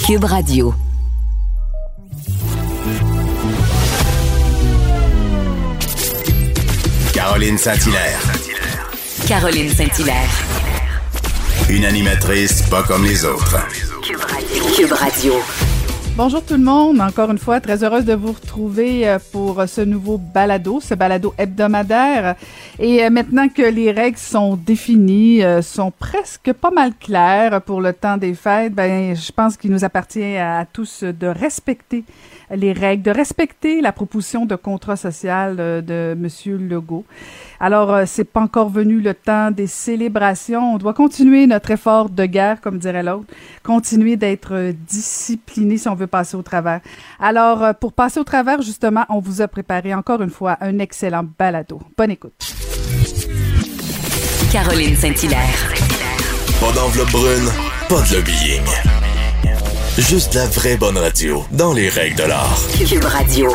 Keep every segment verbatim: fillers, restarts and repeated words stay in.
Cube Radio. Caroline Saint-Hilaire. Caroline Saint-Hilaire. Une animatrice pas comme les autres. Cube Radio. Cube Radio. Bonjour tout le monde, encore une fois, très heureuse de vous retrouver pour ce nouveau balado, ce balado hebdomadaire. Et maintenant que les règles sont définies, sont presque pas mal claires pour le temps des fêtes, ben je pense qu'il nous appartient à tous de respecter les règles, de respecter la proposition de contrat social de Monsieur Legault. Alors, c'est pas encore venu le temps des célébrations. On doit continuer notre effort de guerre, comme dirait l'autre, continuer d'être discipliné si on veut passer au travers. Alors, pour passer au travers, justement, on vous a préparé encore une fois un excellent balado. Bonne écoute. Caroline Saint-Hilaire. Pas d'enveloppe brune, pas de lobbying. Juste la vraie bonne radio, dans les règles de l'art. Cube Radio.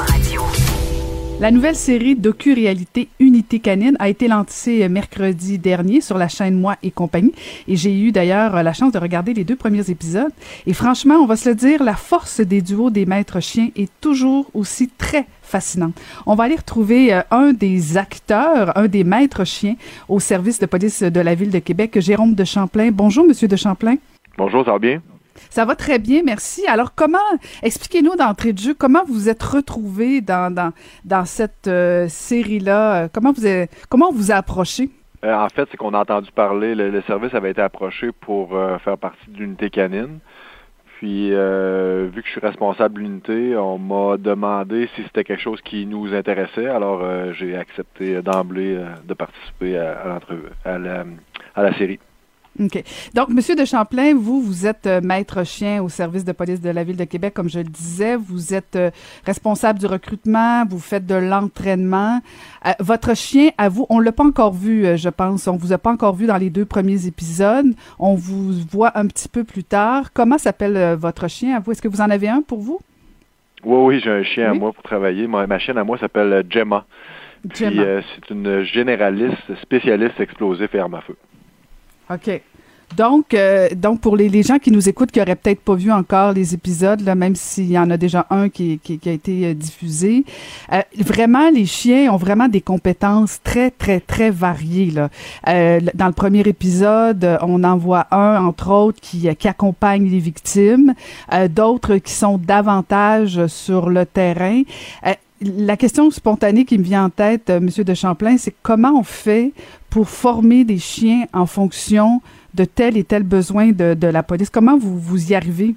La nouvelle série docu-réalité Unité canine a été lancée mercredi dernier sur la chaîne Moi et compagnie. Et j'ai eu d'ailleurs la chance de regarder les deux premiers épisodes. Et franchement, on va se le dire, la force des duos des maîtres chiens est toujours aussi très fascinante. On va aller retrouver euh, un des acteurs, un des maîtres chiens au service de police de la Ville de Québec, Jérôme de Champlain. Bonjour, Monsieur de Champlain. Bonjour, ça va bien? Ça va très bien, merci. Alors, comment, expliquez-nous d'entrée de jeu, comment vous êtes retrouvé dans, dans, dans cette euh, série-là? Comment vous avez, comment vous a approché? Euh, en fait, c'est qu'on a entendu parler, le, le service avait été approché pour euh, faire partie de l'unité canine. Puis, euh, vu que je suis responsable de l'unité, on m'a demandé si c'était quelque chose qui nous intéressait. Alors, euh, j'ai accepté d'emblée euh, de participer à, à, l'entrevue, à, la, à la série. OK. Donc, Monsieur de Champlain, vous, vous êtes euh, maître chien au service de police de la Ville de Québec, comme je le disais. Vous êtes euh, responsable du recrutement, vous faites de l'entraînement. Euh, votre chien, à vous, on l'a pas encore vu, euh, je pense. On vous a pas encore vu dans les deux premiers épisodes. On vous voit un petit peu plus tard. Comment s'appelle euh, votre chien à vous? Est-ce que vous en avez un pour vous? Oui, oui, j'ai un chien oui. à moi pour travailler. Ma, ma chienne à moi s'appelle Gemma. Puis, Gemma. Euh, c'est une généraliste, spécialiste explosif et armes à feu. OK. Donc, euh, donc pour les, les gens qui nous écoutent, qui n'auraient peut-être pas vu encore les épisodes, là, même s'il y en a déjà un qui, qui, qui a été euh, diffusé, euh, vraiment, les chiens ont vraiment des compétences très, très, très variées. Là. Euh, dans le premier épisode, on en voit un, entre autres, qui, qui accompagne les victimes, euh, d'autres qui sont davantage sur le terrain. Euh, La question spontanée qui me vient en tête, euh, Monsieur de Champlain, c'est comment on fait pour former des chiens en fonction de tel et tel besoin de, de la police? Comment vous, vous y arrivez?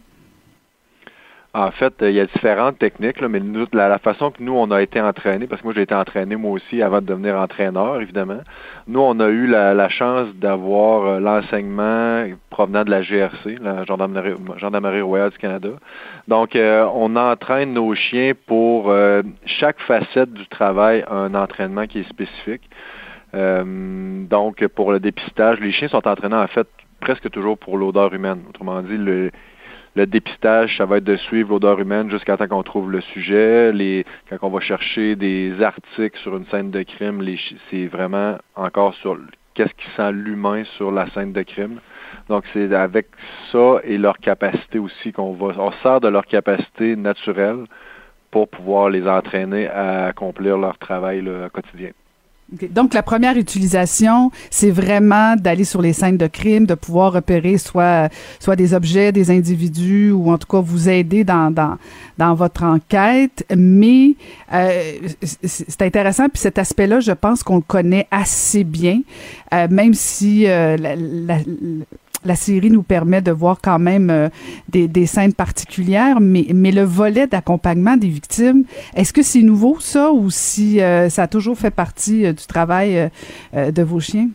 En fait, il y a différentes techniques, là, mais nous, la, la façon que nous, on a été entraînés, parce que moi, j'ai été entraîné moi aussi avant de devenir entraîneur, évidemment. Nous, on a eu la, la chance d'avoir euh, l'enseignement provenant de la G R C, la Gendarmerie, Gendarmerie royale du Canada. Donc, euh, on entraîne nos chiens pour euh, chaque facette du travail, un entraînement qui est spécifique. Euh, donc, pour le dépistage, les chiens sont entraînés, en fait, presque toujours pour l'odeur humaine. Autrement dit, le Le dépistage, ça va être de suivre l'odeur humaine jusqu'à temps qu'on trouve le sujet. Les, quand on va chercher des articles sur une scène de crime, les, c'est vraiment encore sur qu'est-ce qui sent l'humain sur la scène de crime. Donc, c'est avec ça et leur capacité aussi qu'on va... On sert de leur capacité naturelle pour pouvoir les entraîner à accomplir leur travail là, quotidien. Okay. Donc, la première utilisation, c'est vraiment d'aller sur les scènes de crime, de pouvoir repérer soit soit des objets, des individus, ou en tout cas vous aider dans dans dans votre enquête. Mais euh, c'est intéressant, puis cet aspect-là, je pense qu'on le connaît assez bien, euh, même si euh, la, la, la La série nous permet de voir quand même euh, des, des scènes particulières, mais, mais le volet d'accompagnement des victimes, est-ce que c'est nouveau ça ou si euh, ça a toujours fait partie euh, du travail euh, euh, de vos chiens?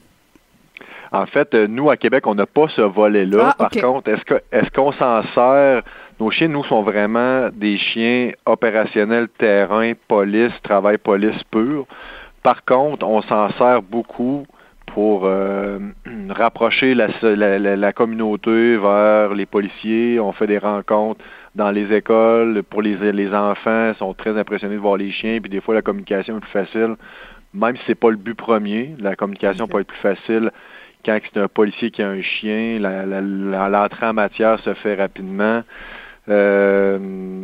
En fait, euh, nous, à Québec, on n'a pas ce volet-là. Ah, okay. Par contre, est-ce que est-ce qu'on s'en sert? Nos chiens, nous, sont vraiment des chiens opérationnels, terrain, police, travail police pur. Par contre, on s'en sert beaucoup pour euh, rapprocher la, la, la, la communauté vers les policiers. On fait des rencontres dans les écoles. Pour les, les enfants, ils sont très impressionnés de voir les chiens. Puis des fois, la communication est plus facile, même si c'est pas le but premier. La communication okay. peut être plus facile quand c'est un policier qui a un chien. La, la, la, l'entrée en matière se fait rapidement. Euh,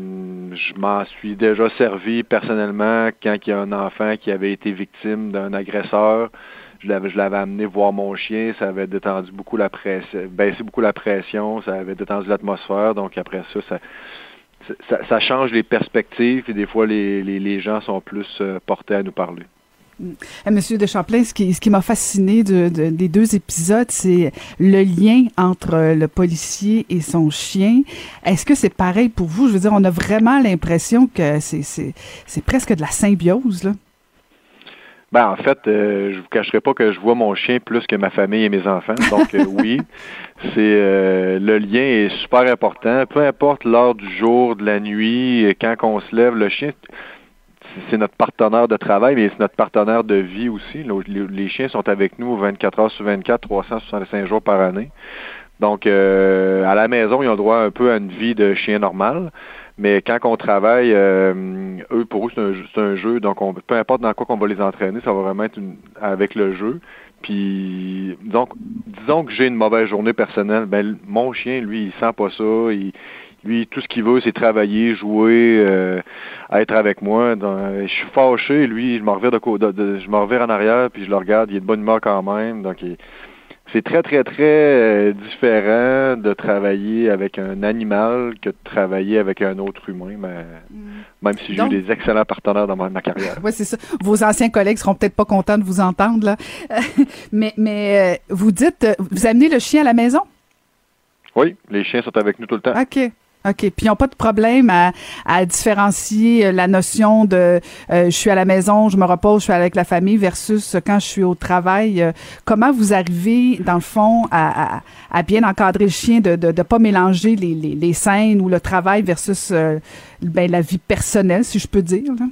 je m'en suis déjà servi personnellement quand il y a un enfant qui avait été victime d'un agresseur. Je l'avais, je l'avais amené voir mon chien, ça avait détendu beaucoup la pression, baissé beaucoup la pression, ça avait détendu l'atmosphère. Donc après ça, ça, ça, ça change les perspectives et des fois les, les, les gens sont plus euh, portés à nous parler. Monsieur de Champlain, ce qui, ce qui m'a fasciné de, de, des deux épisodes, c'est le lien entre le policier et son chien. Est-ce que c'est pareil pour vous? Je veux dire, on a vraiment l'impression que c'est, c'est, c'est presque de la symbiose, là. Ben, en fait, euh, je vous cacherai pas que je vois mon chien plus que ma famille et mes enfants. Donc, euh, oui, c'est euh, le lien est super important. Peu importe l'heure du jour, de la nuit, quand on se lève, le chien, c'est notre partenaire de travail, mais c'est notre partenaire de vie aussi. Les chiens sont avec nous vingt-quatre heures sur vingt-quatre, trois cent soixante-cinq jours par année. Donc, euh, à la maison, ils ont le droit un peu à une vie de chien normal. Mais quand on travaille, euh, eux, pour eux, c'est un, c'est un jeu. Donc, on, peu importe dans quoi qu'on va les entraîner, ça va vraiment être une, avec le jeu. Puis, donc, disons que j'ai une mauvaise journée personnelle, ben mon chien, lui, il sent pas ça. Il, lui, tout ce qu'il veut, c'est travailler, jouer, euh, être avec moi. Donc, je suis fâché, lui, je me revire de, de, de je me revire en arrière, puis je le regarde, il est de bonne humeur quand même. Donc, il, c'est très, très, très euh, différent de travailler avec un animal que de travailler avec un autre humain, mais, mm. même si j'ai Donc, eu des excellents partenaires dans ma, ma carrière. Oui, c'est ça. Vos anciens collègues seront peut-être pas contents de vous entendre, là. mais mais euh, vous dites, vous amenez le chien à la maison? Oui, les chiens sont avec nous tout le temps. OK. OK. Puis ils n'ont pas de problème à, à différencier la notion de euh, je suis à la maison, je me repose, je suis avec la famille versus quand je suis au travail. Euh, comment vous arrivez, dans le fond, à, à, à bien encadrer le chien, de de, de pas mélanger les, les, les scènes ou le travail versus euh, ben, la vie personnelle, si je peux dire, là?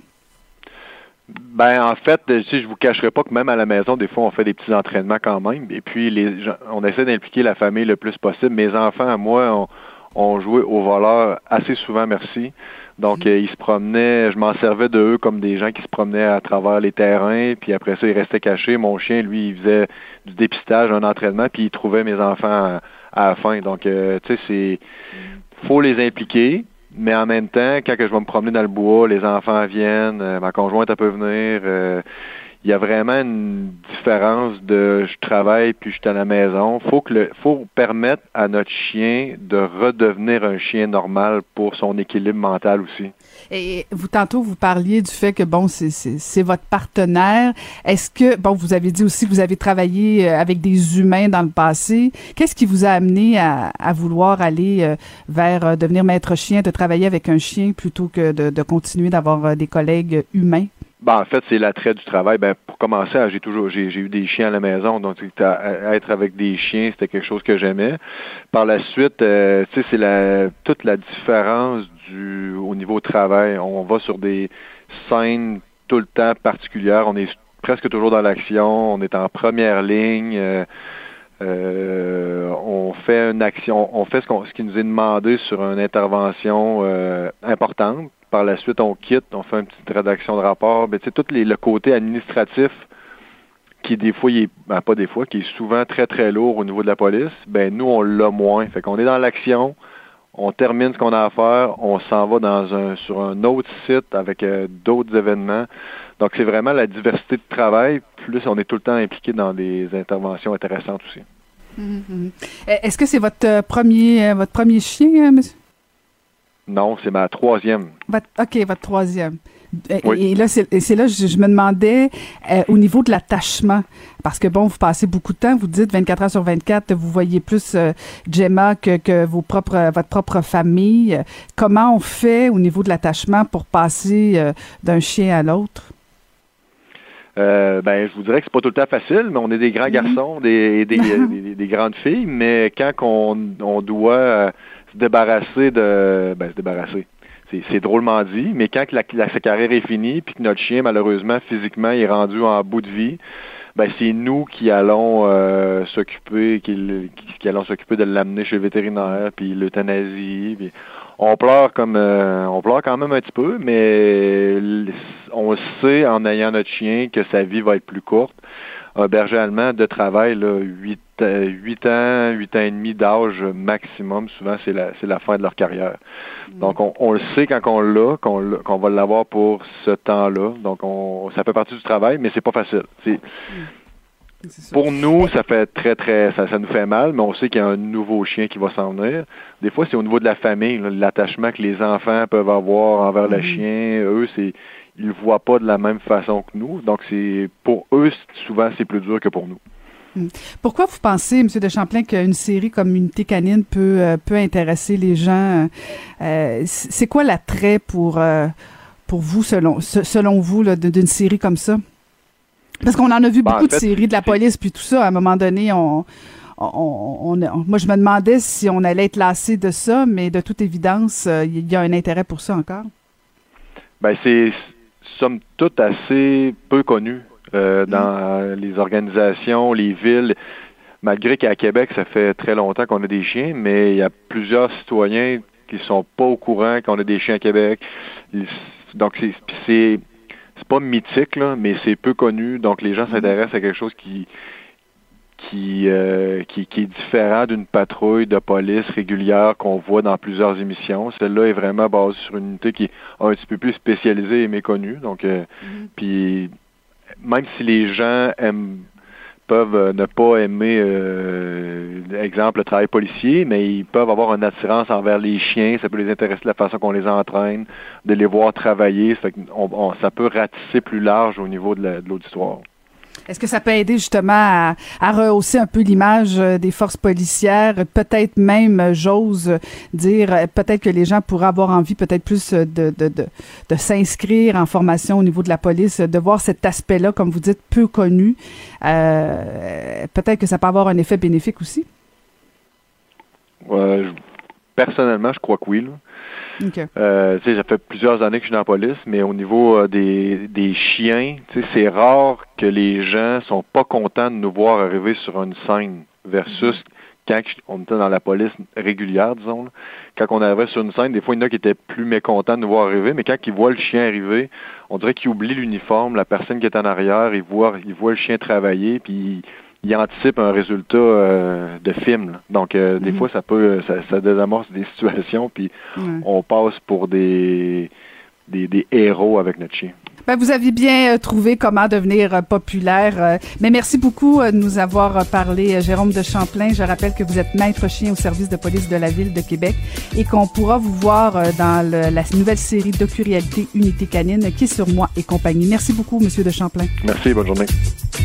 Ben en fait, si je vous cacherai pas que même à la maison, des fois, on fait des petits entraînements quand même. Et puis les on essaie d'impliquer la famille le plus possible. Mes enfants, à moi, on ont joué au voleur assez souvent, merci. Donc, mmh. euh, ils se promenaient, je m'en servais de eux comme des gens qui se promenaient à travers les terrains, puis après ça, ils restaient cachés. Mon chien, lui, il faisait du dépistage, un entraînement, puis il trouvait mes enfants à, à la fin. Donc, euh, tu sais, c'est... faut les impliquer, mais en même temps, quand que je vais me promener dans le bois, les enfants viennent, euh, ma conjointe, elle peut venir... Euh, il y a vraiment une différence de je travaille puis je suis à la maison. Faut que le, faut permettre à notre chien de redevenir un chien normal pour son équilibre mental aussi. Et vous, tantôt, vous parliez du fait que, bon, c'est, c'est, c'est votre partenaire. Est-ce que, bon, vous avez dit aussi que vous avez travaillé avec des humains dans le passé. Qu'est-ce qui vous a amené à, à vouloir aller vers devenir maître chien, de travailler avec un chien plutôt que de, de continuer d'avoir des collègues humains? Ben, en fait, c'est l'attrait du travail. Ben, pour commencer, j'ai toujours, j'ai, j'ai eu des chiens à la maison, donc être avec des chiens, c'était quelque chose que j'aimais. Par la suite, euh, tu sais, c'est la, toute la différence du, au niveau travail. On va sur des scènes tout le temps particulières. On est presque toujours dans l'action. On est en première ligne. Euh, euh, on fait une action, on fait ce, qu'on, ce qui nous est demandé sur une intervention euh, importante. Par la suite, on quitte, on fait une petite rédaction de rapport. Ben, tu sais, tout les, le côté administratif qui, des fois, il est, ben, pas des fois, qui est souvent très, très lourd au niveau de la police, ben, nous, on l'a moins. Fait qu'on est dans l'action, on termine ce qu'on a à faire, on s'en va dans un, sur un autre site avec euh, d'autres événements. Donc, c'est vraiment la diversité de travail, plus on est tout le temps impliqué dans des interventions intéressantes aussi. Mm-hmm. Est-ce que c'est votre premier, votre premier chien, monsieur? Non, c'est ma troisième. Votre, OK, votre troisième. Oui. Et là, c'est, c'est là je, je me demandais euh, au niveau de l'attachement, parce que bon, vous passez beaucoup de temps, vous dites vingt-quatre heures sur vingt-quatre, vous voyez plus euh, Gemma que, que vos propres, votre propre famille. Comment on fait au niveau de l'attachement pour passer euh, d'un chien à l'autre? Euh, ben, je vous dirais que c'est pas tout le temps facile, mais on est des grands garçons, mm-hmm. des, des, des, des, des grandes filles, mais quand on, on doit euh, se débarrasser de... Ben, se débarrasser. C'est, c'est drôlement dit, mais quand la, la, sa carrière est finie, puis que notre chien, malheureusement, physiquement, est rendu en bout de vie, ben, c'est nous qui allons euh, s'occuper, qui, qui, qui allons s'occuper de l'amener chez le vétérinaire, puis l'euthanasie, puis... On pleure comme euh, on pleure quand même un petit peu, mais on sait en ayant notre chien que sa vie va être plus courte. Un berger allemand de travail, là, huit huit ans, huit ans et demi d'âge maximum. Souvent, c'est la, c'est la fin de leur carrière. Mm. Donc, on, on le sait quand on l'a, qu'on, l'a, qu'on va l'avoir pour ce temps-là. Donc, on, ça fait partie du travail, mais c'est pas facile. C'est, mm. c'est pour nous, ça fait très, très, ça, ça nous fait mal, mais on sait qu'il y a un nouveau chien qui va s'en venir. Des fois, c'est au niveau de la famille, là, l'attachement que les enfants peuvent avoir envers mm. le chien. Eux, c'est, ils le voient pas de la même façon que nous. Donc, c'est, pour eux, souvent, c'est plus dur que pour nous. Pourquoi vous pensez, M. de Champlain, qu'une série comme Unité canine peut euh, peut intéresser les gens? Euh, c'est quoi l'attrait pour euh, pour vous, selon selon vous, là, d'une série comme ça? Parce qu'on en a vu ben, beaucoup en fait, de séries de la police, puis tout ça. À un moment donné, on, on, on, on moi, je me demandais si on allait être lassé de ça, mais de toute évidence, euh, il y a un intérêt pour ça encore. Ben c'est somme toute assez peu connu. Euh, dans les organisations, les villes, malgré qu'à Québec, ça fait très longtemps qu'on a des chiens, mais il y a plusieurs citoyens qui sont pas au courant qu'on a des chiens à Québec. Donc, c'est, c'est, c'est pas mythique, là, mais c'est peu connu. Donc, les gens s'intéressent à quelque chose qui, qui, euh, qui, qui est différent d'une patrouille de police régulière qu'on voit dans plusieurs émissions. Celle-là est vraiment basée sur une unité qui est un petit peu plus spécialisée et méconnue. Donc, euh, mm-hmm. puis même si les gens aiment, peuvent euh, ne pas aimer, euh, exemple, le travail policier, mais ils peuvent avoir une attirance envers les chiens, ça peut les intéresser de la façon qu'on les entraîne, de les voir travailler, ça, fait qu'on, on, ça peut ratisser plus large au niveau de, la, de l'auditoire. Est-ce que ça peut aider justement à, à rehausser un peu l'image des forces policières? Peut-être même, j'ose dire, peut-être que les gens pourraient avoir envie peut-être plus de, de, de, de s'inscrire en formation au niveau de la police, de voir cet aspect-là, comme vous dites, peu connu. Euh, peut-être que ça peut avoir un effet bénéfique aussi? Euh, personnellement, je crois que oui, là. Okay. Euh, tu sais, ça fait plusieurs années que je suis dans la police, mais au niveau euh, des, des chiens, tu sais, c'est rare que les gens sont pas contents de nous voir arriver sur une scène versus mm-hmm. quand on était dans la police régulière, disons. Là. Quand on arrivait sur une scène, des fois, il y en a qui étaient plus mécontents de nous voir arriver, mais quand ils voient le chien arriver, on dirait qu'ils oublient l'uniforme, la personne qui est en arrière, ils voient, ils voient le chien travailler, puis il anticipe un résultat euh, de film. Là. Donc, euh, mm-hmm. des fois, ça peut, ça, ça désamorce des situations, puis mm. on passe pour des, des, des héros avec notre chien. Ben, vous aviez bien euh, trouvé comment devenir euh, populaire. Euh, mais merci beaucoup euh, de nous avoir euh, parlé, euh, Jérôme de Champlain. Je rappelle que vous êtes maître chien au service de police de la Ville de Québec et qu'on pourra vous voir euh, dans le, la nouvelle série docu-réalité Unité canine qui est sur Moi et compagnie. Merci beaucoup, Monsieur de Champlain. Merci, bonne journée.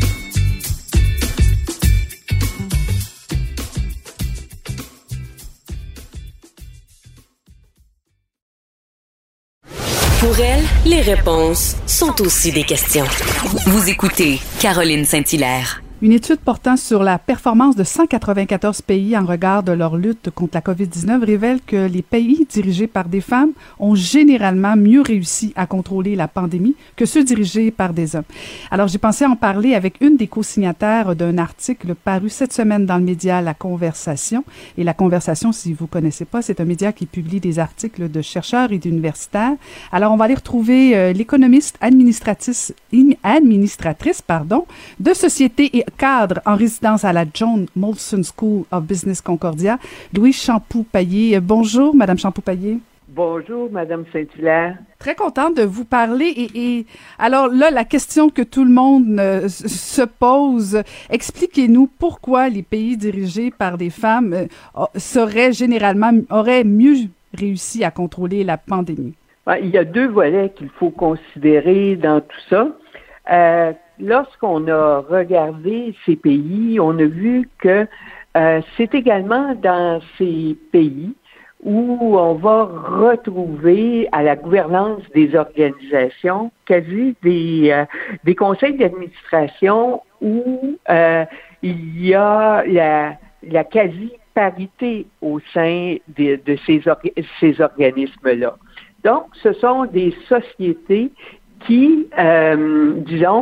Pour elle, les réponses sont aussi des questions. Vous écoutez Caroline Saint-Hilaire. Une étude portant sur la performance de cent quatre-vingt-quatorze pays en regard de leur lutte contre la covid dix-neuf révèle que les pays dirigés par des femmes ont généralement mieux réussi à contrôler la pandémie que ceux dirigés par des hommes. Alors, j'ai pensé en parler avec une des co-signataires d'un article paru cette semaine dans le média La Conversation. Et La Conversation, si vous connaissez pas, c'est un média qui publie des articles de chercheurs et d'universitaires. Alors, on va aller retrouver euh, l'économiste administratrice, administratrice pardon, de société et cadre en résidence à la John Molson School of Business Concordia, Louise Champoux-Payé. Bonjour, Madame Champoux-Payé. Bonjour, Madame Saint-Hilaire. Très contente de vous parler. Et, et alors là, la question que tout le monde euh, se pose, expliquez-nous pourquoi les pays dirigés par des femmes euh, seraient généralement, auraient mieux réussi à contrôler la pandémie. Il y a deux volets qu'il faut considérer dans tout ça. Euh, Lorsqu'on a regardé ces pays, on a vu que euh, c'est également dans ces pays où on va retrouver à la gouvernance des organisations quasi des, euh, des conseils d'administration où euh, il y a la, la quasi-parité au sein de, de ces, orga- ces organismes-là. Donc, ce sont des sociétés qui, euh, disons,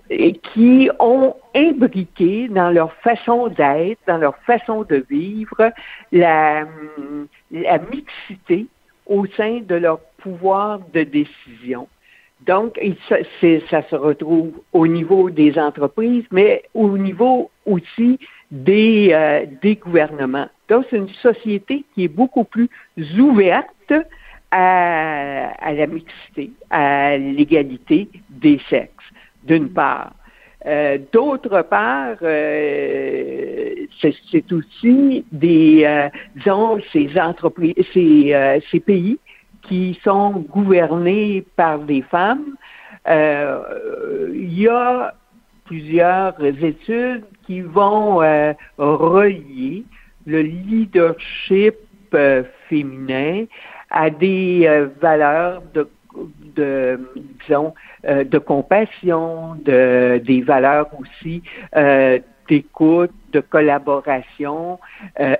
qui ont imbriqué dans leur façon d'être, dans leur façon de vivre, la, la mixité au sein de leur pouvoir de décision. Donc, ça, c'est, ça se retrouve au niveau des entreprises, mais au niveau aussi des, euh, des gouvernements. Donc, c'est une société qui est beaucoup plus ouverte à, à la mixité, à l'égalité des sexes, d'une part. Euh, d'autre part, euh, c'est, c'est aussi des, euh, disons, ces entreprises, ces, euh, ces pays qui sont gouvernés par des femmes. Euh, il y a plusieurs études qui vont euh, relier le leadership euh, féminin à des euh, valeurs de, de disons, euh, de compassion, de, des valeurs aussi euh, d'écoute, de collaboration. Euh,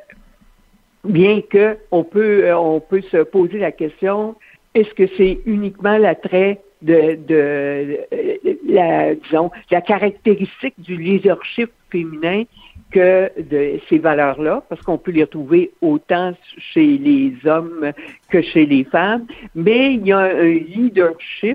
bien que on peut, on peut se poser la question, est-ce que c'est uniquement l'attrait de, de, de la, disons, la caractéristique du leadership féminin que de ces valeurs-là, parce qu'on peut les retrouver autant chez les hommes que chez les femmes, mais il y a un leadership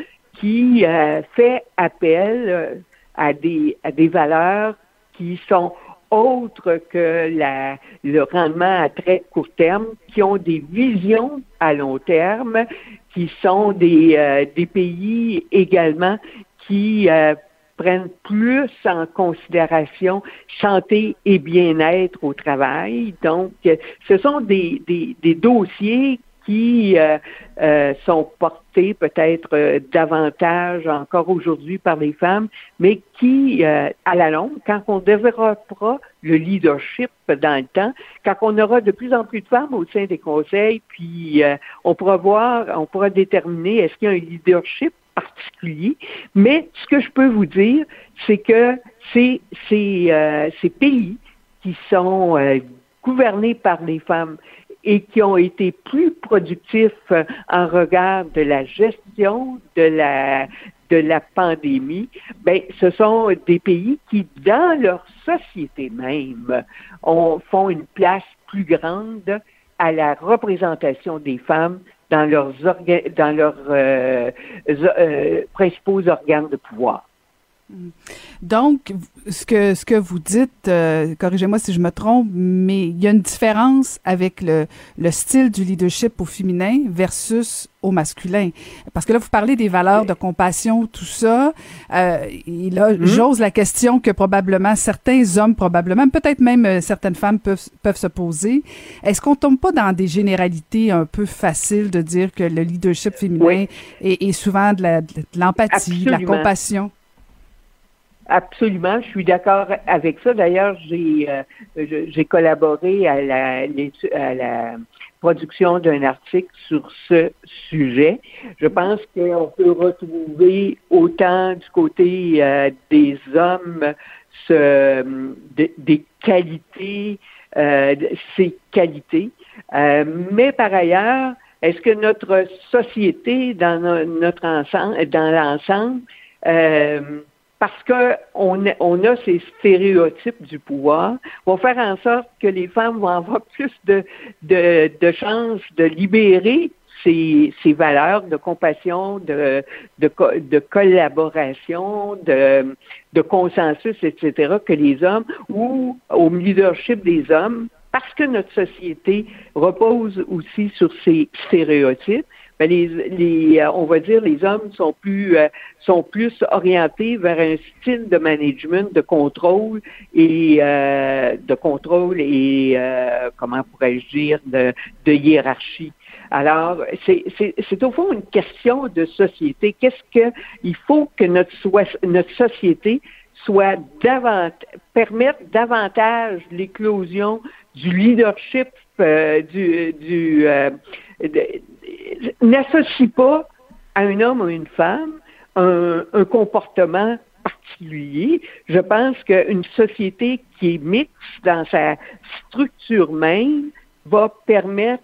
qui euh, fait appel à des, à des valeurs qui sont autres que la, le rendement à très court terme, qui ont des visions à long terme, qui sont des, euh, des pays également qui euh, prennent plus en considération santé et bien-être au travail. Donc, ce sont des, des, des dossiers qui euh, euh, sont portés peut-être euh, davantage encore aujourd'hui par les femmes, mais qui, euh, à la longue, quand on développera le leadership dans le temps, quand on aura de plus en plus de femmes au sein des conseils, puis euh, on pourra voir, on pourra déterminer est-ce qu'il y a un leadership particulier, mais ce que je peux vous dire, c'est que ces, ces, euh, ces pays qui sont euh, gouvernés par les femmes et qui ont été plus productifs en regard de la gestion de la de la pandémie, ben ce sont des pays qui, dans leur société même, ont, font une place plus grande à la représentation des femmes dans leurs orga- dans leurs euh, euh, principaux organes de pouvoir. Donc, ce que ce que vous dites, euh, corrigez-moi si je me trompe, mais il y a une différence avec le le style du leadership au féminin versus au masculin. Parce que là, vous parlez des valeurs de compassion, tout ça. Euh, et là, mmh. j'ose la question que probablement certains hommes, probablement, peut-être même euh, certaines femmes peuvent peuvent se poser. Est-ce qu'on tombe pas dans des généralités un peu faciles de dire que le leadership féminin oui. est, est souvent de, la, de l'empathie, de la compassion? Absolument, je suis d'accord avec ça. D'ailleurs, j'ai euh, j'ai collaboré à la, à la production d'un article sur ce sujet. Je pense qu'on peut retrouver autant du côté euh, des hommes ce, de, des qualités, euh, ces qualités, euh, mais par ailleurs, est-ce que notre société, dans notre ensemble, dans l'ensemble, euh, parce qu'on on a ces stéréotypes du pouvoir, vont faire en sorte que les femmes vont avoir plus de, de, de chances de libérer ces, ces valeurs de compassion, de, de, de collaboration, de, de consensus, et cetera, que les hommes, ou au leadership des hommes, parce que notre société repose aussi sur ces stéréotypes. Ben les, les, euh, on va dire, les hommes sont plus, euh, sont plus orientés vers un style de management, de contrôle et euh, de contrôle et euh, comment pourrais-je dire, de, de hiérarchie. Alors, c'est, c'est, c'est au fond une question de société. Qu'est-ce que il faut que notre soit, notre société soit davantage, permette davantage l'éclosion du leadership, euh, du, du euh, de, n'associe pas à un homme ou une femme un, un comportement particulier. Je pense qu'une société qui est mixte dans sa structure même va permettre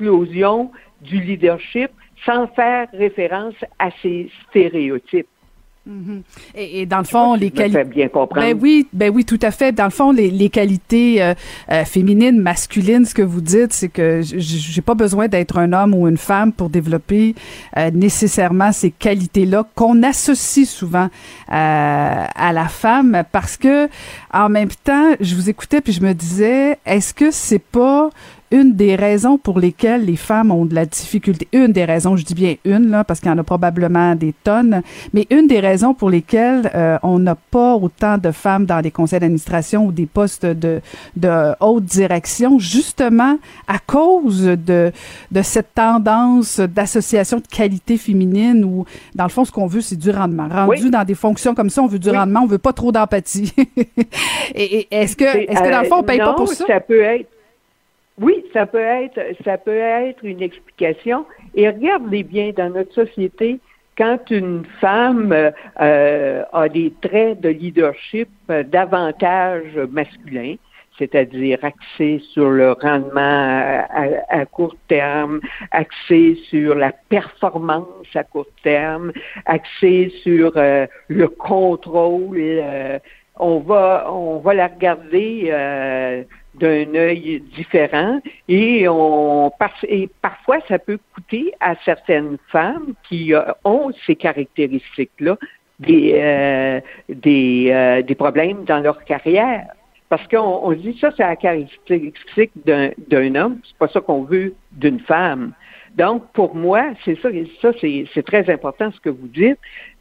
l'éclosion du leadership sans faire référence à ces stéréotypes. Mm-hmm. Et, et dans le fond, les qualités. bien comprendre. Ben oui, ben oui, tout à fait. Dans le fond, les, les qualités euh, euh, féminines, masculines, ce que vous dites, c'est que j'ai pas besoin d'être un homme ou une femme pour développer euh, nécessairement ces qualités-là qu'on associe souvent euh, à la femme, parce que en même temps, je vous écoutais puis je me disais, est-ce que c'est pas une des raisons pour lesquelles les femmes ont de la difficulté, une des raisons, je dis bien une, là, parce qu'il y en a probablement des tonnes, mais une des raisons pour lesquelles euh, on n'a pas autant de femmes dans des conseils d'administration ou des postes de, de haute direction, justement à cause de, de cette tendance d'association de qualité féminine où, dans le fond, ce qu'on veut, c'est du rendement. Rendu oui. dans des fonctions comme ça, on veut du oui. rendement, on veut pas trop d'empathie. et, et est-ce que, est-ce que dans le fond, on paye euh, pas pour ça? ça peut être Oui, ça peut être, ça peut être une explication. Et regardez bien, dans notre société, quand une femme euh, a des traits de leadership euh, davantage masculins, c'est-à-dire axé sur le rendement à, à, à court terme, axé sur la performance à court terme, axé sur euh, le contrôle, euh, on va, on va la regarder euh, d'un œil différent et on et parfois ça peut coûter à certaines femmes qui euh, ont ces caractéristiques-là des euh, des euh, des problèmes dans leur carrière, parce qu'on on dit ça c'est la caractéristique d'un d'un homme, c'est pas ça qu'on veut d'une femme. Donc pour moi c'est ça ça c'est c'est très important ce que vous dites.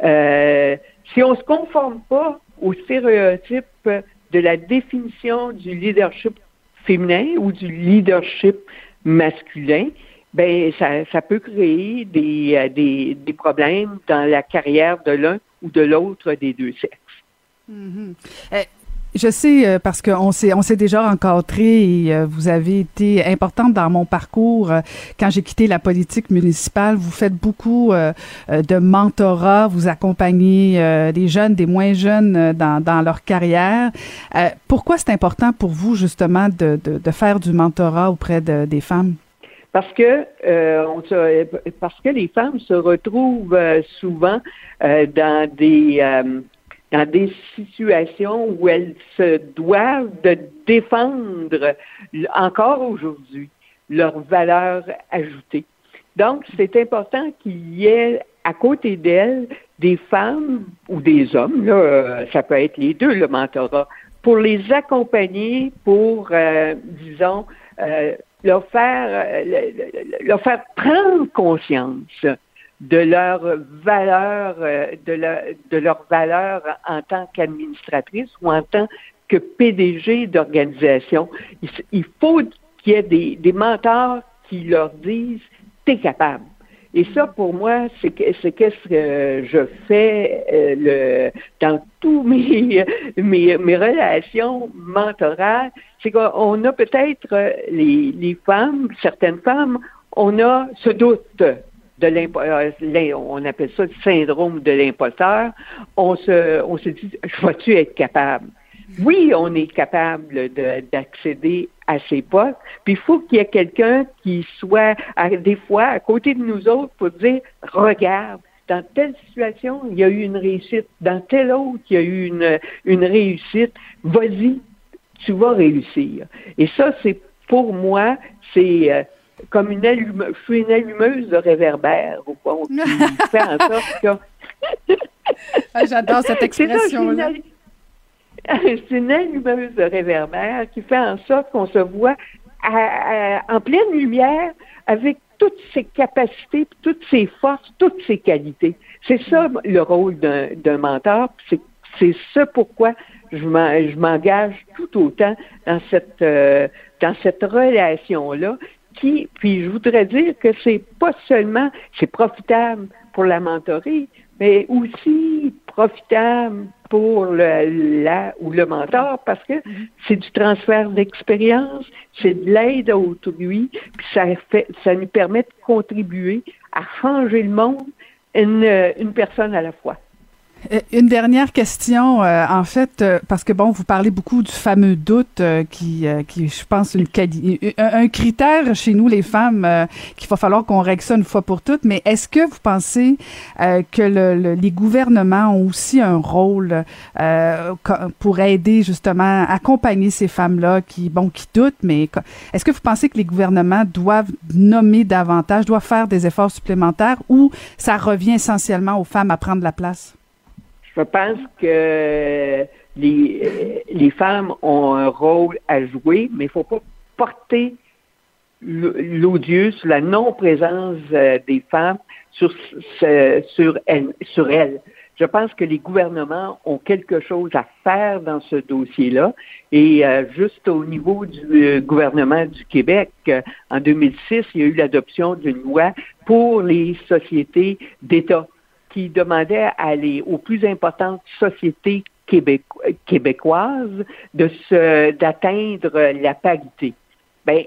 Euh, si on se conforme pas aux stéréotypes de la définition du leadership féminin ou du leadership masculin, ben ça, ça peut créer des, des, des problèmes dans la carrière de l'un ou de l'autre des deux sexes. Mm-hmm. Euh, je sais, euh, parce qu'on s'est, on s'est déjà rencontrés et euh, vous avez été importante dans mon parcours. Euh, quand j'ai quitté la politique municipale, vous faites beaucoup euh, de mentorat, vous accompagnez euh, des jeunes, des moins jeunes euh, dans, dans leur carrière. Euh, pourquoi c'est important pour vous, justement, de, de, de faire du mentorat auprès de, des femmes? Parce que euh, on se, parce que les femmes se retrouvent euh, souvent euh, dans des euh, dans des situations où elles se doivent de défendre encore aujourd'hui leurs valeurs ajoutées. Donc, c'est important qu'il y ait à côté d'elles des femmes ou des hommes, là, ça peut être les deux, le mentorat, pour les accompagner, pour, euh, disons, euh, leur faire, euh, leur faire prendre conscience de leurs valeurs, de, leur, de leurs valeurs en tant qu'administratrice ou en tant que P D G d'organisation. Il, il faut qu'il y ait des, des mentors qui leur disent « t'es capable ». Et ça, pour moi, c'est, c'est qu'est-ce que je fais euh, le, dans tous mes, mes, mes relations mentorales, c'est qu'on a peut-être euh, les, les femmes, certaines femmes, on a ce doute de l'impo- on appelle ça le syndrome de l'imposteur. On se, on se dit, je vais-tu être capable? Oui, on est capable de, d'accéder à ces postes. Puis il faut qu'il y ait quelqu'un qui soit, à, des fois, à côté de nous autres pour dire, regarde, dans telle situation, il y a eu une réussite. Dans telle autre, il y a eu une, une réussite. Vas-y, tu vas réussir. Et ça, c'est, pour moi, c'est euh, comme une allumeuse, je suis une allumeuse de réverbère, au fond, qui fait en sorte que... ah, j'adore cette expression-là. C'est une allumeuse de réverbère qui fait en sorte qu'on se voit à, à, en pleine lumière avec toutes ses capacités, toutes ses forces, toutes ses qualités. C'est ça le rôle d'un, d'un mentor. C'est, c'est ça pourquoi je, m'en, je m'engage tout autant dans cette, euh, dans cette relation-là. Qui, puis je voudrais dire que c'est pas seulement, c'est profitable pour la mentorée, mais aussi profitable pour le, la ou le mentor, parce que c'est du transfert d'expérience, c'est de l'aide à autrui, puis ça fait, ça nous permet de contribuer à changer le monde, une, une personne à la fois. Une dernière question, euh, en fait, euh, parce que bon, vous parlez beaucoup du fameux doute euh, qui, euh, qui, je pense, une quali- un, un critère chez nous, les femmes, euh, qu'il va falloir qu'on règle ça une fois pour toutes. Mais est-ce que vous pensez euh, que le, le, les gouvernements ont aussi un rôle euh, pour aider justement, accompagner ces femmes-là qui, bon, qui doutent, mais est-ce que vous pensez que les gouvernements doivent nommer davantage, doivent faire des efforts supplémentaires, ou ça revient essentiellement aux femmes à prendre la place? Je pense que les, les femmes ont un rôle à jouer, mais il ne faut pas porter l'odieux sur la non-présence des femmes sur, sur, elles, sur elles. Je pense que les gouvernements ont quelque chose à faire dans ce dossier-là. Et euh, juste au niveau du euh, gouvernement du Québec, euh, en deux mille six, il y a eu l'adoption d'une loi pour les sociétés d'État qui demandait à les, aux plus importantes sociétés québéco- québécoises de se, d'atteindre la parité. Ben,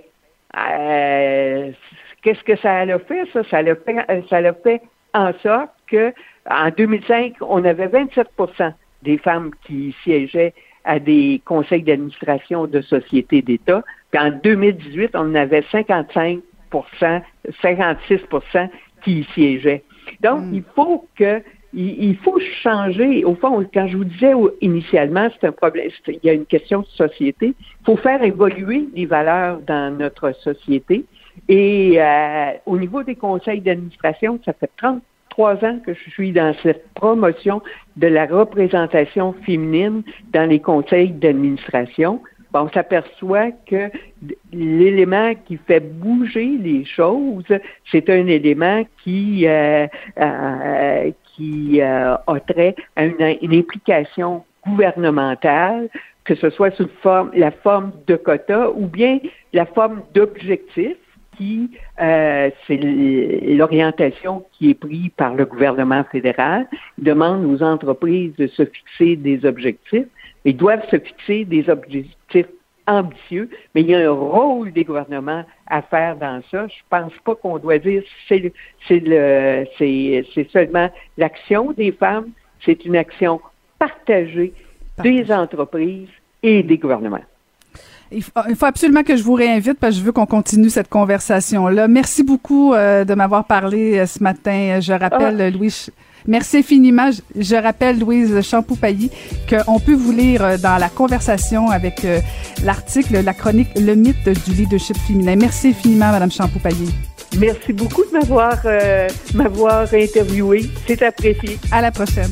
euh, qu'est-ce que ça a fait, ça? Ça a fait, ça a fait en sorte que, en deux mille cinq, on avait vingt-sept pour cent des femmes qui siégeaient à des conseils d'administration de sociétés d'État. Puis en deux mille dix-huit, on en avait cinquante-cinq pour cent, cinquante-six pour cent qui y siégeaient. Donc, mm. il faut que, il, il faut changer. Au fond, quand je vous disais initialement, c'est un problème, c'est, il y a une question de société. Il faut faire évoluer les valeurs dans notre société. Et euh, au niveau des conseils d'administration, ça fait trente-trois ans que je suis dans cette promotion de la représentation féminine dans les conseils d'administration. Bon, on s'aperçoit que l'élément qui fait bouger les choses, c'est un élément qui euh, euh, qui euh, a trait à une, une implication gouvernementale, que ce soit sous forme, la forme de quotas ou bien la forme d'objectifs, qui euh, c'est l'orientation qui est prise par le gouvernement fédéral. Il demande aux entreprises de se fixer des objectifs. Ils doivent se fixer des objectifs ambitieux, mais il y a un rôle des gouvernements à faire dans ça. Je pense pas qu'on doit dire c'est le, c'est le, c'est, c'est seulement l'action des femmes, c'est une action partagée des entreprises et des gouvernements. Il faut, il faut absolument que je vous réinvite parce que je veux qu'on continue cette conversation-là. Merci beaucoup euh, de m'avoir parlé euh, ce matin. Je rappelle, ah. Louis... Merci infiniment. Je, je rappelle, Louise Champoux-Pailly, qu'on peut vous lire dans la conversation avec euh, l'article, la chronique « Le mythe du leadership féminin ». Merci infiniment, Mme Champoux-Pailly. Merci beaucoup de m'avoir, euh, m'avoir interviewé. C'est apprécié. À la prochaine.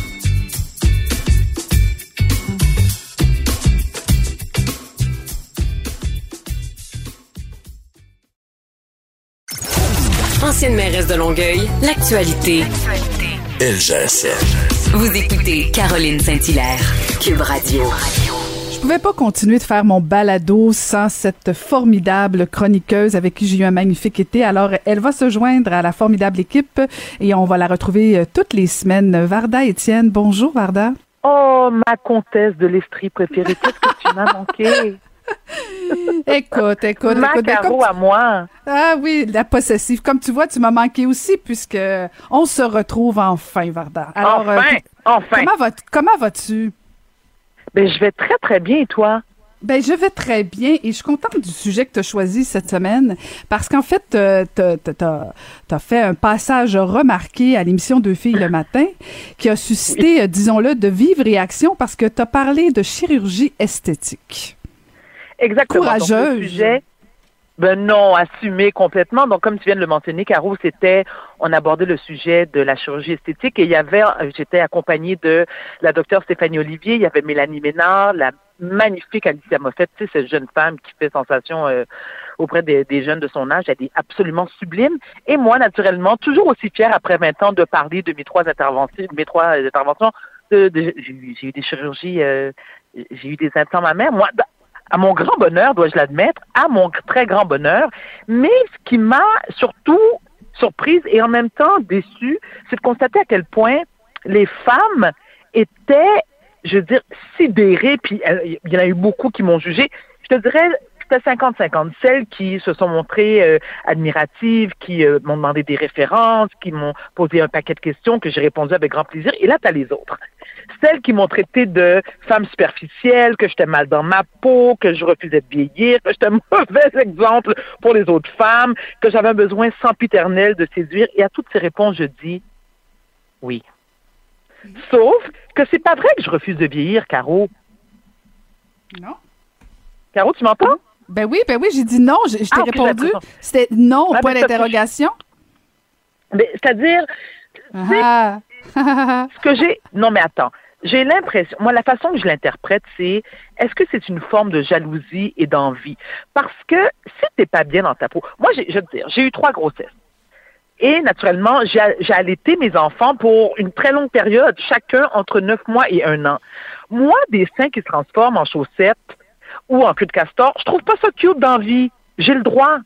Ancienne mairesse de Longueuil, l'actualité. L G S N. Vous écoutez Caroline Saint-Hilaire, Cube Radio. Je pouvais pas continuer de faire mon balado sans cette formidable chroniqueuse avec qui j'ai eu un magnifique été. Alors, elle va se joindre à la formidable équipe et on va la retrouver toutes les semaines. Varda Étienne, bonjour Varda. Oh, ma comtesse de l'Estrie préférée, qu'est-ce que tu m'as manqué? écoute, écoute, ma écoute. Caro à moi. Ah oui, la possessive. Comme tu vois, tu m'as manqué aussi puisque on se retrouve enfin, Varda. Alors, enfin, euh, enfin. Comment, va, comment vas-tu? Ben, je vais très, très bien, et toi? Ben, je vais très bien et je suis contente du sujet que tu as choisi cette semaine parce qu'en fait, euh, t'as, t'as, t'as fait un passage remarqué à l'émission Deux filles le matin qui a suscité, oui. disons-le, de vives réactions parce que tu as parlé de chirurgie esthétique. Exactement. Courageuse. Donc, le sujet, ben non, assumé complètement. Donc, comme tu viens de le mentionner, Caro, c'était, on abordait le sujet de la chirurgie esthétique et il y avait, j'étais accompagnée de la docteure Stéphanie Olivier, il y avait Mélanie Ménard, la magnifique Alicia Moffett, tu sais, cette jeune femme qui fait sensation euh, auprès des, des jeunes de son âge, elle est absolument sublime. Et moi, naturellement, toujours aussi fière après vingt ans de parler de mes trois interventions, mes trois interventions, de, de, j'ai, j'ai eu des chirurgies, euh, j'ai eu des implants mammaires. Moi, à mon grand bonheur, dois-je l'admettre, à mon très grand bonheur. Mais ce qui m'a surtout surprise et en même temps déçue, c'est de constater à quel point les femmes étaient, je veux dire, sidérées, puis il y en a eu beaucoup qui m'ont jugée. Je te dirais c'était cinquante cinquante. Celles qui se sont montrées euh, admiratives, qui euh, m'ont demandé des références, qui m'ont posé un paquet de questions que j'ai répondu avec grand plaisir. Et là, t'as les autres. Celles qui m'ont traité de femme superficielle, que j'étais mal dans ma peau, que je refusais de vieillir, que j'étais un mauvais exemple pour les autres femmes, que j'avais un besoin sempiternel de séduire. Et à toutes ces réponses, je dis oui. Sauf que c'est pas vrai que je refuse de vieillir, Caro. Non. Caro, tu m'entends? Ben oui, ben oui, j'ai dit non. Je, je t'ai Ah, okay, répondu. C'était non au ah, point ben, d'interrogation. Mais, c'est-à-dire, Ah. ce que j'ai... Non, mais attends. J'ai l'impression... Moi, la façon que je l'interprète, c'est est-ce que c'est une forme de jalousie et d'envie? Parce que si t'es pas bien dans ta peau... Moi, j'ai, je veux te dire, j'ai eu trois grossesses. Et naturellement, j'ai, j'ai allaité mes enfants pour une très longue période, chacun entre neuf mois et un an. Moi, des seins qui se transforment en chaussettes ou en queue de castor, je trouve pas ça cute d'envie. J'ai le droit.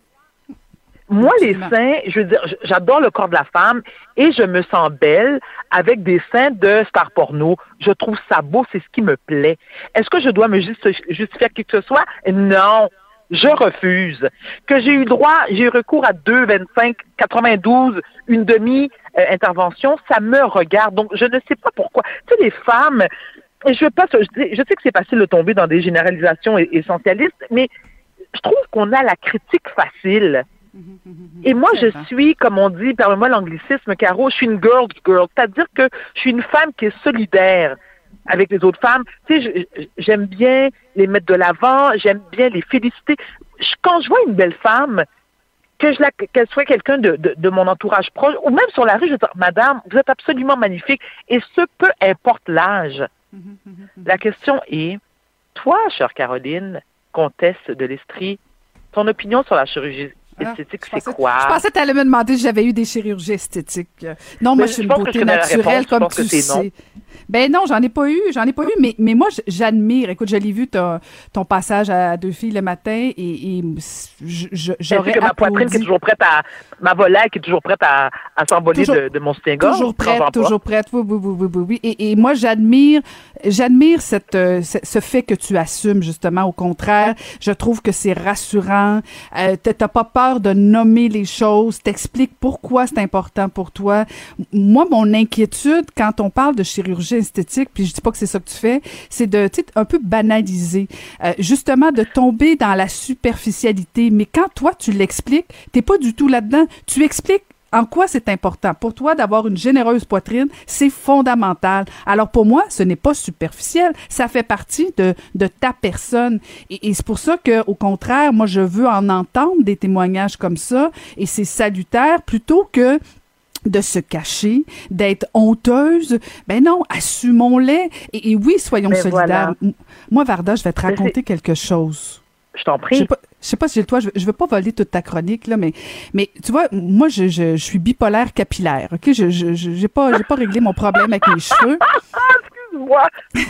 Moi, Absolument. Les seins, je veux dire, j'adore le corps de la femme et je me sens belle avec des seins de star porno. Je trouve ça beau, c'est ce qui me plaît. Est-ce que je dois me justifier à qui que ce soit? Non. Je refuse. Que j'ai eu droit, j'ai eu recours à deux, vingt-cinq, quatre-vingt-douze, une demi-intervention, ça me regarde. Donc, je ne sais pas pourquoi. Tu sais, les femmes, et je veux pas, je, je sais que c'est facile de tomber dans des généralisations essentialistes, mais je trouve qu'on a la critique facile. Et moi, je suis, comme on dit, permets-moi l'anglicisme, Caro, je suis une girl's girl. C'est-à-dire que je suis une femme qui est solidaire avec les autres femmes. Tu sais, j'aime bien les mettre de l'avant, j'aime bien les féliciter. Quand je vois une belle femme, que je la, qu'elle soit quelqu'un de, de, de mon entourage proche, ou même sur la rue, je dis, madame, vous êtes absolument magnifique, et ce, peu importe l'âge. La question est, toi, chère Caroline, comtesse de l'Estrie, ton opinion sur la chirurgie esthétique, ah, c'est quoi? Je pensais que tu allais me demander si j'avais eu des chirurgies esthétiques. Non, moi, je suis une beauté naturelle, comme tu sais. Ben non, j'en ai pas eu, j'en ai pas eu, mais, mais moi, j'admire. Écoute, je l'ai vu ton, ton passage à Deux filles le matin et, et je, j'aurais que ma applaudi. Poitrine qui est toujours prête à, ma volaille qui est toujours prête à, à s'envoler de, de mon soutien-gorge. Toujours prête, toujours prête, oui, oui, oui, oui, oui, oui. Et, et moi, j'admire, j'admire cette, ce, ce fait que tu assumes, justement. Au contraire, je trouve que c'est rassurant. Euh, t'as pas peur de nommer les choses, t'expliques pourquoi c'est important pour toi. Moi, mon inquiétude, quand on parle de chirurgie esthétique, puis je dis pas que c'est ça que tu fais, c'est de, tu sais, un peu banaliser, euh, justement de tomber dans la superficialité. Mais quand toi, tu l'expliques, t'es pas du tout là-dedans. Tu expliques en quoi c'est important. Pour toi, d'avoir une généreuse poitrine, c'est fondamental. Alors, pour moi, ce n'est pas superficiel. Ça fait partie de, de ta personne. Et, et c'est pour ça que, au contraire, moi, je veux en entendre des témoignages comme ça. Et c'est salutaire plutôt que de se cacher, d'être honteuse. Ben non, assumons-les. Et, et oui, soyons ben solidaires. Voilà. Moi, Varda, je vais te raconter quelque chose. Je t'en prie. Je sais pas, je sais pas si j'ai le toit, je veux, je veux pas voler toute ta chronique, là, mais, mais tu vois, moi, je, je, je suis bipolaire capillaire, OK? Je, je, je, j'ai pas, j'ai pas réglé mon problème avec mes cheveux. Excuse-moi.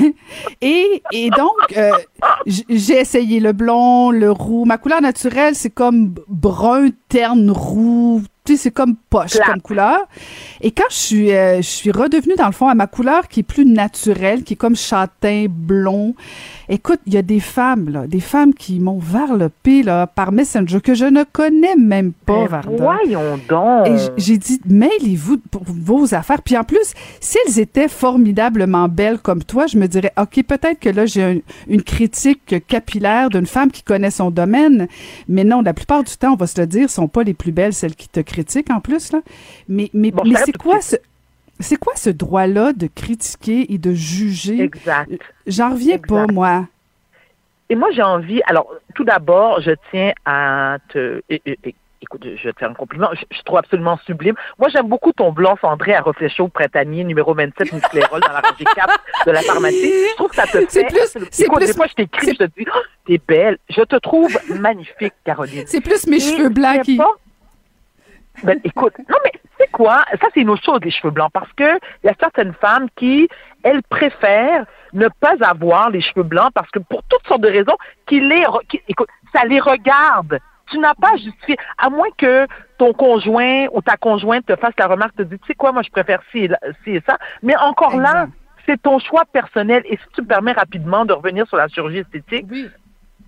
et, et donc, euh, j'ai essayé le blond, le roux. Ma couleur naturelle, c'est comme brun, terne, roux. Tu sais, c'est comme poche Plat. Comme couleur. Et quand je suis, euh, je suis redevenue, dans le fond, à ma couleur qui est plus naturelle, qui est comme châtain, blond. Écoute, il y a des femmes, là, des femmes qui m'ont varlopé, là, par Messenger, que je ne connais même pas, Varda. Voyons donc! Et j'ai dit, mêlez-vous pour vos affaires. Puis en plus, si elles étaient formidablement belles comme toi, je me dirais, OK, peut-être que là, j'ai un, une critique capillaire d'une femme qui connaît son domaine. Mais non, la plupart du temps, on va se le dire, sont pas les plus belles, celles qui te critiquent en plus, là. Mais, mais, bon, mais c'est quoi ce... C'est quoi ce droit-là de critiquer et de juger? Exact. J'en reviens exact. Pas, moi. Et moi, j'ai envie... Alors, tout d'abord, je tiens à te... Et, et, et, écoute, je vais te faire un compliment. Je, je trouve absolument sublime. Moi, j'aime beaucoup ton blanc cendré à reflet chaud printanier, numéro vingt-sept, Musclérol, dans la rangée quatre de la pharmacie. Je trouve que ça te fait... C'est plus... C'est écoute, plus des fois, je t'écris, je te dis, oh, t'es belle. Je te trouve magnifique, Caroline. C'est plus mes et cheveux blancs qui... Pas... Ben, écoute, non, mais c'est quoi? Ça, c'est une autre chose, les cheveux blancs, parce que il y a certaines femmes qui, elles préfèrent ne pas avoir les cheveux blancs parce que pour toutes sortes de raisons, qui les, qui, écoute, ça les regarde. Tu n'as pas justifié, à moins que ton conjoint ou ta conjointe te fasse la remarque, te dit, tu sais quoi, moi, je préfère ci et, ci et ça. Mais encore exact. Là, c'est ton choix personnel. Et si tu me permets rapidement de revenir sur la chirurgie esthétique, oui.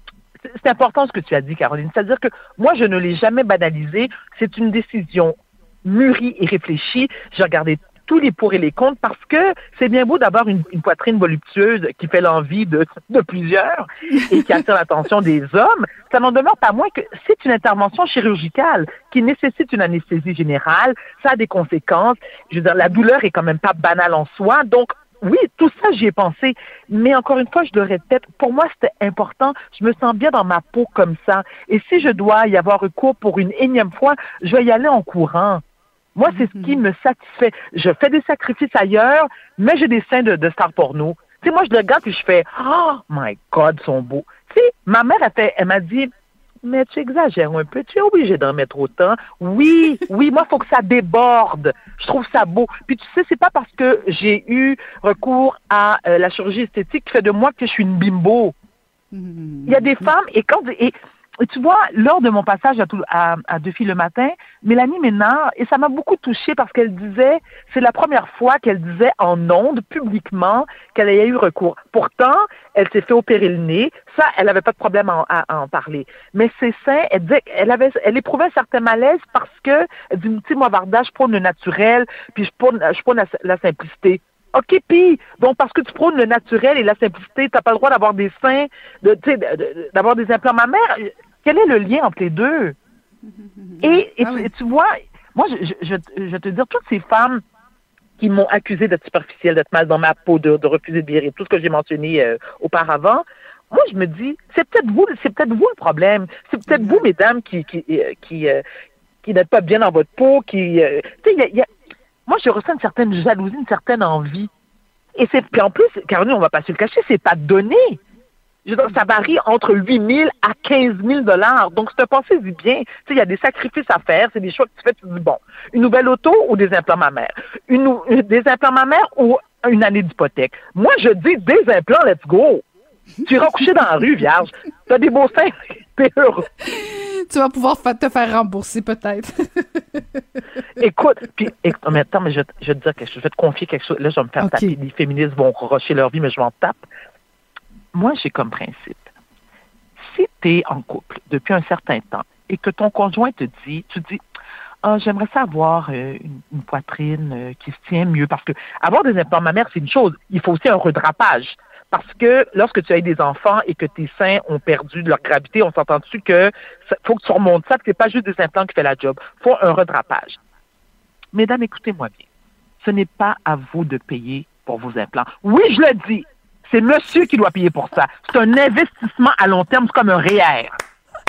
c'est important ce que tu as dit, Caroline. C'est-à-dire que moi, je ne l'ai jamais banalisé. C'est une décision mûrie et réfléchie. J'ai regardé tous les pour et les contre parce que c'est bien beau d'avoir une, une poitrine voluptueuse qui fait l'envie de, de plusieurs et qui attire l'attention des hommes. Ça n'en demeure pas moins que c'est une intervention chirurgicale qui nécessite une anesthésie générale. Ça a des conséquences. Je veux dire, la douleur est quand même pas banale en soi. Donc, oui, tout ça, j'y ai pensé. Mais encore une fois, je le répète, pour moi, c'était important. Je me sens bien dans ma peau comme ça. Et si je dois y avoir recours pour une énième fois, je vais y aller en courant. Moi, c'est ce qui me satisfait. Je fais des sacrifices ailleurs, mais j'ai des seins de, de star porno. Tu sais, moi, je le regarde et je fais « Oh my God, ils sont beaux ». Tu sais, ma mère, elle, fait, elle m'a dit « Mais tu exagères un peu, tu es obligé d'en mettre autant. » Oui, oui, moi, il faut que ça déborde. Je trouve ça beau. Puis tu sais, c'est pas parce que j'ai eu recours à euh, la chirurgie esthétique qui fait de moi que je suis une bimbo. Il y a des femmes, et quand... Et, Et tu vois, lors de mon passage à, tout, à, à Deux filles le matin, Mélanie Ménard, et ça m'a beaucoup touchée parce qu'elle disait, c'est la première fois qu'elle disait en ondes, publiquement, qu'elle a eu recours. Pourtant, elle s'est fait opérer le nez. Ça, elle n'avait pas de problème à, à, à en parler. Mais ses seins, elle disait, elle avait, elle éprouvait un certain malaise parce que, elle dit, tu sais, moi, Varda, je prône le naturel, puis je prône, je prône la, la simplicité. OK, puis, donc, parce que tu prônes le naturel et la simplicité, tu n'as pas le droit d'avoir des seins, de, tu sais, d'avoir des implants mammaires. Quel est le lien entre les deux? Et, et, ah oui. et tu vois, moi, je, je, je, je vais te dire, toutes ces femmes qui m'ont accusée d'être superficielle, d'être mal dans ma peau, de, de refuser de virer, tout ce que j'ai mentionné euh, auparavant, moi, je me dis, c'est peut-être vous, c'est peut-être vous le problème. C'est peut-être vous, mesdames, qui, qui, euh, qui, euh, qui n'êtes pas bien dans votre peau, qui, euh, tu sais, il y a, y a moi, je ressens une certaine jalousie, une certaine envie. Et c'est, puis en plus, Caroline, on va pas se le cacher, c'est pas donné. Je veux dire, ça varie entre huit mille à quinze mille dollars. Donc, c'est un pensez-y bien. Tu sais, il y a des sacrifices à faire. C'est des choix que tu fais. Tu dis, bon, une nouvelle auto ou des implants mammaires? Une, une, des implants mammaires ou une année d'hypothèque? Moi, je dis des implants, let's go. Tu iras coucher dans la rue, vierge. Tu as des beaux seins. T'es heureux. Tu vas pouvoir te faire rembourser, peut-être. Écoute, puis, écoute, mais attends, mais je, je vais te dire quelque chose. Je vais te confier quelque chose. Là, je vais me faire okay. taper. Les féministes vont rocher leur vie, mais je m'en tape. Moi, j'ai comme principe, si tu es en couple depuis un certain temps et que ton conjoint te dit, tu dis, ah, j'aimerais ça avoir euh, une, une poitrine euh, qui se tient mieux, parce que avoir des implants mammaires, c'est une chose. Il faut aussi un redrapage. Parce que lorsque tu as des enfants et que tes seins ont perdu de leur gravité, on s'entend dessus que faut que tu remontes ça, que c'est pas juste des implants qui fait la job. Il faut un redrapage. Mesdames, écoutez-moi bien. Ce n'est pas à vous de payer pour vos implants. Oui, je le dis. C'est monsieur qui doit payer pour ça. C'est un investissement à long terme, c'est comme un R E E R.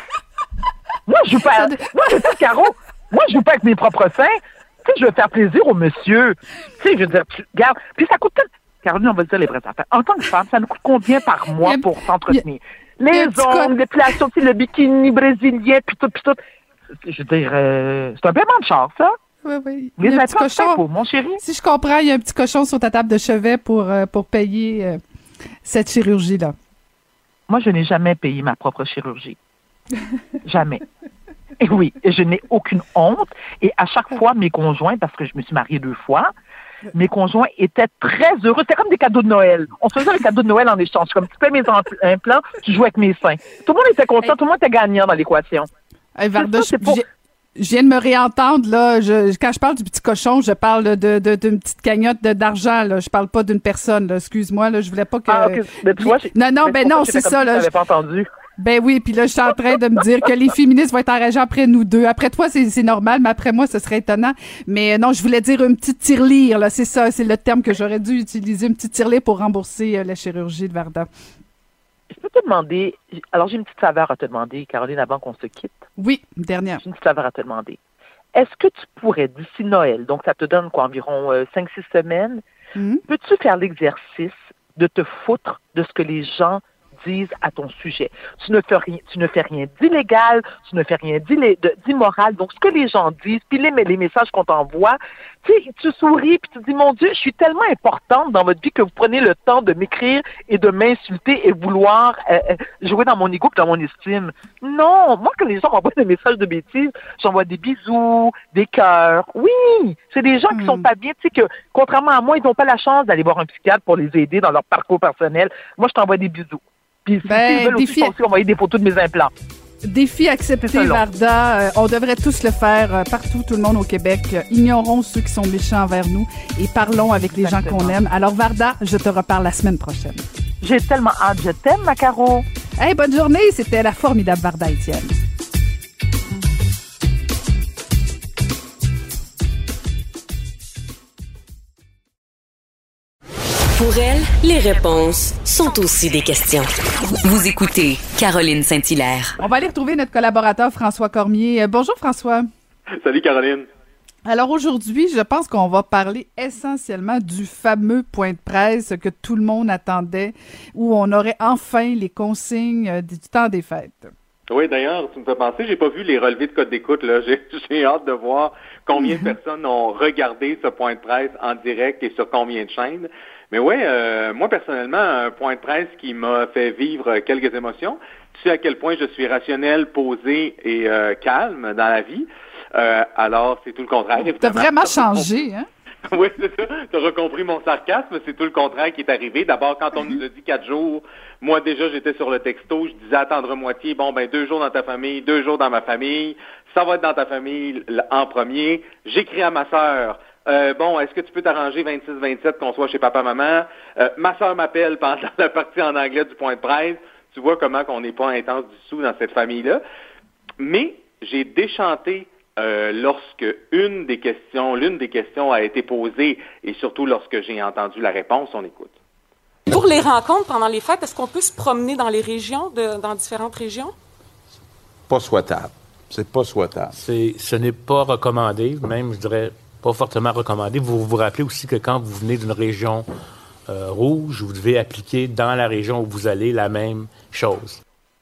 Moi, je joue pas. Moi, je dis, Caro, moi, je joue pas avec mes propres seins. Tu sais, je veux faire plaisir au monsieur. Tu sais, je veux dire, tu, regarde. Puis ça coûte. Caroline, on va dire les vraies affaires. En tant que femme, ça nous coûte combien par mois a, pour s'entretenir? Les ongles, l'épilation, le bikini brésilien, puis tout, puis tout. Je veux dire, euh, c'est un paiement de char, ça. Oui, oui. Les implants, c'est beau, mon chéri. Si je comprends, il y a un petit cochon sur ta table de chevet pour, euh, pour payer euh, cette chirurgie-là. Moi, je n'ai jamais payé ma propre chirurgie. Jamais. Et oui, je n'ai aucune honte. Et à chaque fois, mes conjoints, parce que je me suis mariée deux fois, mes conjoints étaient très heureux. C'était comme des cadeaux de Noël. On se faisait les cadeaux de Noël en échange. Comme tu fais mes implants, tu joues avec mes seins. Tout le monde était content, hey. Tout le monde était gagnant dans l'équation. Hey, Varda, ça, pour... je viens de me réentendre, là. Je, quand je parle du petit cochon, je parle de, de, d'une petite cagnotte de, d'argent, là. Je parle pas d'une personne, là. Excuse-moi, là. Je voulais pas que... Ah, OK. Ben, tu vois, non, non, ben non, c'est ça, là. Je pas entendu. Ben oui, puis là, je suis en train de me dire que les féministes vont être enragés après nous deux. Après toi, c'est, c'est normal, mais après moi, ce serait étonnant. Mais non, je voulais dire une petite tirelire, là. C'est ça, c'est le terme que j'aurais dû utiliser, une petite tirelire pour rembourser euh, la chirurgie de Varda. Je peux te demander, alors j'ai une petite faveur à te demander, Caroline, avant qu'on se quitte. Oui, dernière. J'ai une petite faveur à te demander. Est-ce que tu pourrais, d'ici Noël, donc ça te donne quoi, environ euh, cinq six semaines, mm-hmm. peux-tu faire l'exercice de te foutre de ce que les gens disent à ton sujet? Tu ne fais rien, tu ne fais rien d'illégal, tu ne fais rien d'immoral. Donc, ce que les gens disent, puis les, les messages qu'on t'envoie, tu sais, tu souris, puis tu te dis, mon Dieu, je suis tellement importante dans votre vie que vous prenez le temps de m'écrire et de m'insulter et vouloir euh, jouer dans mon ego et dans mon estime. Non, moi, quand les gens m'envoient des messages de bêtises, j'envoie des bisous, des cœurs. Oui, c'est des gens mmh. qui sont pas bien, tu sais, que contrairement à moi, ils n'ont pas la chance d'aller voir un psychiatre pour les aider dans leur parcours personnel. Moi, je t'envoie des bisous. Puis ben, s'ils veulent aussi, défi... je peux aussi envoyer des photos de mes implants. Défi accepté, Varda. Euh, on devrait tous le faire euh, partout, tout le monde au Québec. Euh, ignorons ceux qui sont méchants envers nous et parlons avec Exactement. les gens qu'on aime. Alors, Varda, je te reparle la semaine prochaine. J'ai tellement hâte. Je t'aime, ma Caro. Hey, bonne journée. C'était la formidable Varda Étienne. Pour elle, les réponses sont aussi des questions. Vous écoutez Caroline Saint-Hilaire. On va aller retrouver notre collaborateur François Cormier. Euh, bonjour François. Salut Caroline. Alors aujourd'hui, je pense qu'on va parler essentiellement du fameux point de presse que tout le monde attendait, où on aurait enfin les consignes du temps des fêtes. Oui, d'ailleurs, tu me fais penser, j'ai pas vu les relevés de code d'écoute, là. J'ai, j'ai hâte de voir combien de personnes ont regardé ce point de presse en direct et sur combien de chaînes. Mais oui, euh, moi personnellement, un point de presse qui m'a fait vivre quelques émotions. Tu sais à quel point je suis rationnel, posé et euh, calme dans la vie. Euh, alors, c'est tout le contraire. T'as vraiment changé, hein? Oui, c'est ça. Tu auras compris mon sarcasme. C'est tout le contraire qui est arrivé. D'abord, quand on nous a dit quatre jours, moi déjà, j'étais sur le texto. Je disais attendre moitié. Bon, ben deux jours dans ta famille, deux jours dans ma famille. Ça va être dans ta famille en premier. J'écris à ma sœur. Euh, bon, est-ce que tu peux t'arranger vingt-six vingt-sept qu'on soit chez papa-maman? Euh, ma sœur m'appelle pendant la partie en anglais du point de presse. Tu vois comment qu'on n'est pas intense du tout dans cette famille-là. Mais j'ai déchanté euh, lorsque une des questions, l'une des questions a été posée et surtout lorsque j'ai entendu la réponse, on écoute. Pour les rencontres pendant les fêtes, est-ce qu'on peut se promener dans les régions, de, dans différentes régions? Pas souhaitable. C'est pas souhaitable. C'est, ce n'est pas recommandé, même, je dirais, pas fortement recommandé. Vous vous rappelez aussi que quand vous venez d'une région euh, rouge, vous devez appliquer dans la région où vous allez la même chose.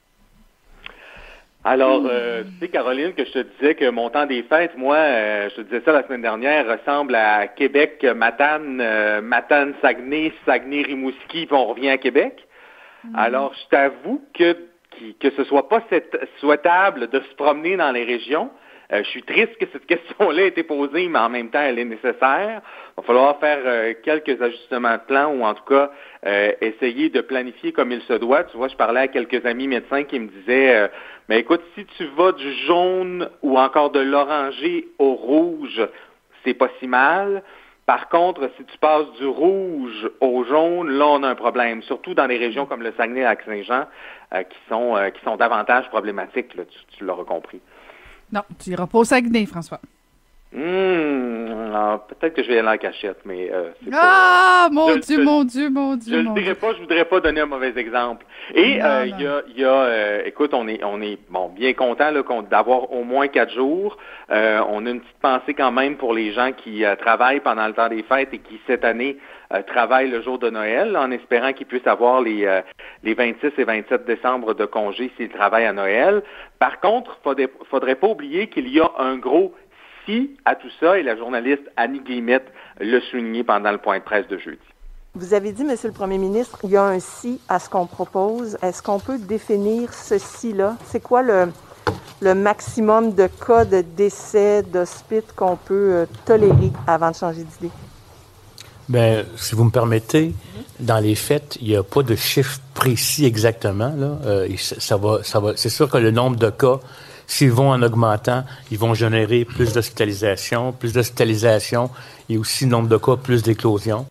Alors, euh, tu sais, Caroline, que je te disais que mon temps des fêtes, moi, euh, je te disais ça la semaine dernière, ressemble à Québec, Matane, euh, Matane, Saguenay, Saguenay-Rimouski, puis on revient à Québec. Mm. Alors, je t'avoue que que ce soit pas cette, souhaitable de se promener dans les régions. Euh, je suis triste que cette question-là ait été posée, mais en même temps, elle est nécessaire. Il va falloir faire euh, quelques ajustements de plan ou en tout cas euh, essayer de planifier comme il se doit. Tu vois, je parlais à quelques amis médecins qui me disaient euh, « Mais écoute, si tu vas du jaune ou encore de l'orangé au rouge, c'est pas si mal. Par contre, si tu passes du rouge au jaune, là, on a un problème. Surtout dans des régions comme le Saguenay-Lac-Saint-Jean euh, qui sont euh, qui sont davantage problématiques, là, tu, tu l'auras compris. » Non, tu iras pas au Saguenay, François. Mmh, alors, peut-être que je vais aller en cachette, mais euh, c'est ah, pas... mon je, Dieu, je, mon Dieu, mon Dieu, Je mon ne dirais Dieu. pas, je voudrais pas donner un mauvais exemple. Et il euh, y a, y a euh, écoute, on est, on est bon, bien content là, qu'on, d'avoir au moins quatre jours. Euh, on a une petite pensée quand même pour les gens qui euh, travaillent pendant le temps des fêtes et qui cette année euh, travaillent le jour de Noël, là, en espérant qu'ils puissent avoir les euh, les vingt-six et vingt-sept décembre de congé s'ils travaillent à Noël. Par contre, faudrait, faudrait pas oublier qu'il y a un gros si à tout ça, et la journaliste Annie Guillemette l'a souligné pendant le point de presse de jeudi. Vous avez dit, Monsieur le Premier ministre, il y a un si à ce qu'on propose. Est-ce qu'on peut définir ce si-là? C'est quoi le, le maximum de cas de décès, d'hospice qu'on peut euh, tolérer avant de changer d'idée? Bien, si vous me permettez, mm-hmm. dans les faits, il n'y a pas de chiffre précis exactement. Là. Euh, ça va, ça va, c'est sûr que le nombre de cas, s'ils vont en augmentant, ils vont générer plus d'hospitalisation, plus d'hospitalisation et aussi, le nombre de cas, plus d'éclosions.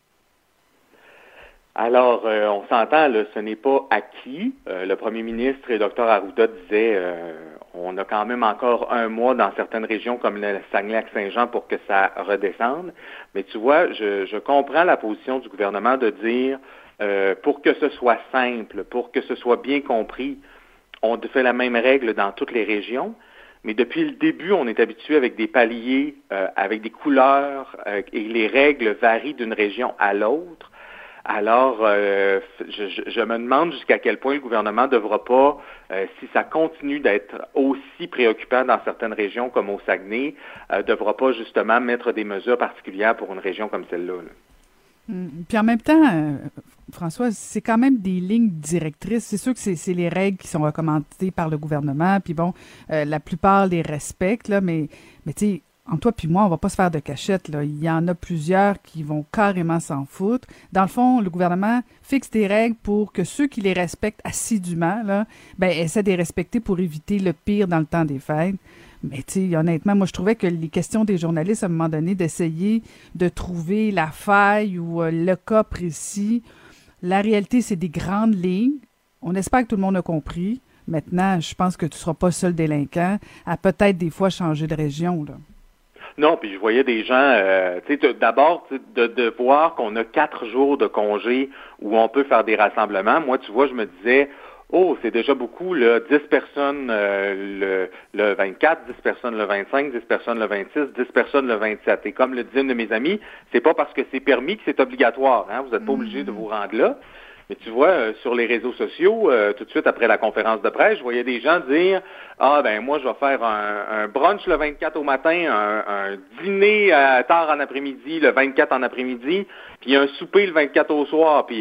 Alors, euh, on s'entend, là, ce n'est pas acquis. Euh, le premier ministre et Dr Arruda disaient euh, on a quand même encore un mois dans certaines régions comme le Saguenay-Lac-Saint-Jean pour que ça redescende. Mais tu vois, je, je comprends la position du gouvernement de dire euh, pour que ce soit simple, pour que ce soit bien compris, on fait la même règle dans toutes les régions, mais depuis le début, on est habitué avec des paliers, euh, avec des couleurs, euh, et les règles varient d'une région à l'autre. Alors, euh, je, je me demande jusqu'à quel point le gouvernement ne devra pas, euh, si ça continue d'être aussi préoccupant dans certaines régions comme au Saguenay, ne euh, devra pas justement mettre des mesures particulières pour une région comme celle-là. Là. Puis en même temps, euh, François, c'est quand même des lignes directrices. C'est sûr que c'est, c'est les règles qui sont recommandées par le gouvernement. Puis bon, euh, la plupart les respectent, là, mais, mais tu sais, en toi puis moi, on va pas se faire de cachette, là. Il y en a plusieurs qui vont carrément s'en foutre. Dans le fond, le gouvernement fixe des règles pour que ceux qui les respectent assidûment, là, ben, essaient de les respecter pour éviter le pire dans le temps des fêtes. Mais tu sais, honnêtement, moi, je trouvais que les questions des journalistes, à un moment donné, d'essayer de trouver la faille ou euh, le cas précis, la réalité, c'est des grandes lignes. On espère que tout le monde a compris. Maintenant, je pense que tu ne seras pas seul délinquant à peut-être des fois changer de région, là. Non, puis je voyais des gens, euh, tu sais, d'abord, de, de voir qu'on a quatre jours de congé où on peut faire des rassemblements. Moi, tu vois, je me disais, oh, c'est déjà beaucoup, là, dix personnes euh, le, le vingt-quatre, dix personnes le vingt-cinq, dix personnes le vingt-six, dix personnes le vingt-sept. Et comme le disait une de mes amies, c'est pas parce que c'est permis que c'est obligatoire, hein, vous n'êtes pas obligé de vous rendre là. Mais tu vois, euh, sur les réseaux sociaux, euh, tout de suite après la conférence de presse, je voyais des gens dire « Ah, ben moi, je vais faire un, un brunch le vingt-quatre au matin, un, un dîner euh, tard en après-midi, le vingt-quatre en après-midi, puis un souper le vingt-quatre au soir. » Puis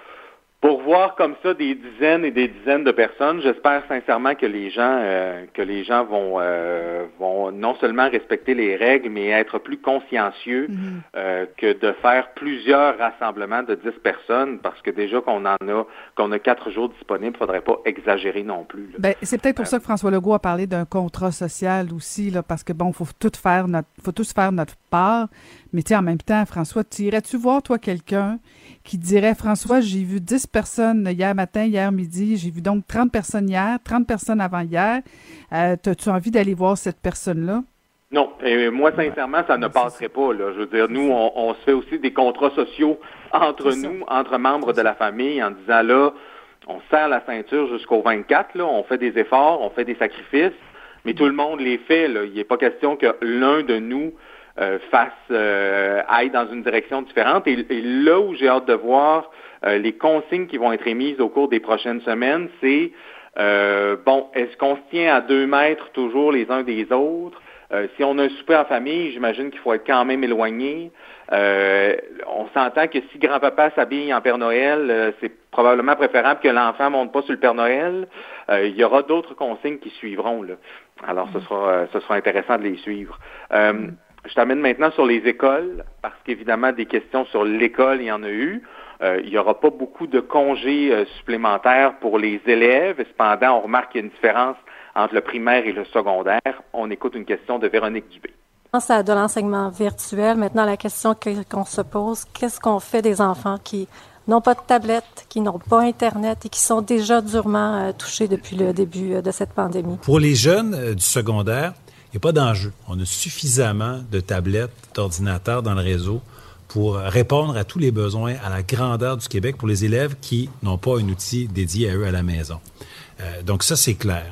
pour voir comme ça des dizaines et des dizaines de personnes, j'espère sincèrement que les gens euh, que les gens vont euh, vont non seulement respecter les règles, mais être plus consciencieux mm-hmm. euh, que de faire plusieurs rassemblements de dix personnes, parce que déjà qu'on en a qu'on a quatre jours disponibles, faudrait pas exagérer non plus. Là. Ben, c'est peut-être pour euh, ça que François Legault a parlé d'un contrat social aussi, là, parce que bon, faut tout faire notre faut tous faire notre part. Mais tu sais, en même temps, François, tu irais-tu voir, toi, quelqu'un qui dirait, François, j'ai vu dix personnes hier matin, hier midi, j'ai vu donc trente personnes hier, trente personnes avant hier. Euh, T'as-tu envie d'aller voir cette personne-là? Non. Et moi, sincèrement, ça ne passerait pas, là. Je veux dire, nous, on, on se fait aussi des contrats sociaux entre nous, entre membres de la famille, en disant, là, on serre la ceinture jusqu'au vingt-quatre, là, on fait des efforts, on fait des sacrifices, mais tout le monde les fait, là. Il n'est pas question que l'un de nous Euh, fasse euh, aille dans une direction différente. Et, et là où j'ai hâte de voir euh, les consignes qui vont être émises au cours des prochaines semaines, c'est euh, bon, est-ce qu'on se tient à deux mètres toujours les uns des autres? Euh, si on a un souper en famille, j'imagine qu'il faut être quand même éloigné. Euh, on s'entend que si grand-papa s'habille en Père Noël, euh, c'est probablement préférable que l'enfant monte pas sur le Père Noël. Euh, il y aura d'autres consignes qui suivront, là. Alors, ce sera, euh, ce sera intéressant de les suivre. Euh, Je t'amène maintenant sur les écoles, parce qu'évidemment, des questions sur l'école, il y en a eu. Euh, il n'y aura pas beaucoup de congés euh, supplémentaires pour les élèves. Cependant, on remarque qu'il y a une différence entre le primaire et le secondaire. On écoute une question de Véronique Dubé. C'est de l'enseignement virtuel. Maintenant, la question que, qu'on se pose, qu'est-ce qu'on fait des enfants qui n'ont pas de tablette, qui n'ont pas Internet et qui sont déjà durement euh, touchés depuis le début euh, de cette pandémie? Pour les jeunes euh, du secondaire, il n'y a pas d'enjeu. On a suffisamment de tablettes, d'ordinateurs dans le réseau pour répondre à tous les besoins à la grandeur du Québec pour les élèves qui n'ont pas un outil dédié à eux à la maison. Euh, donc ça, c'est clair.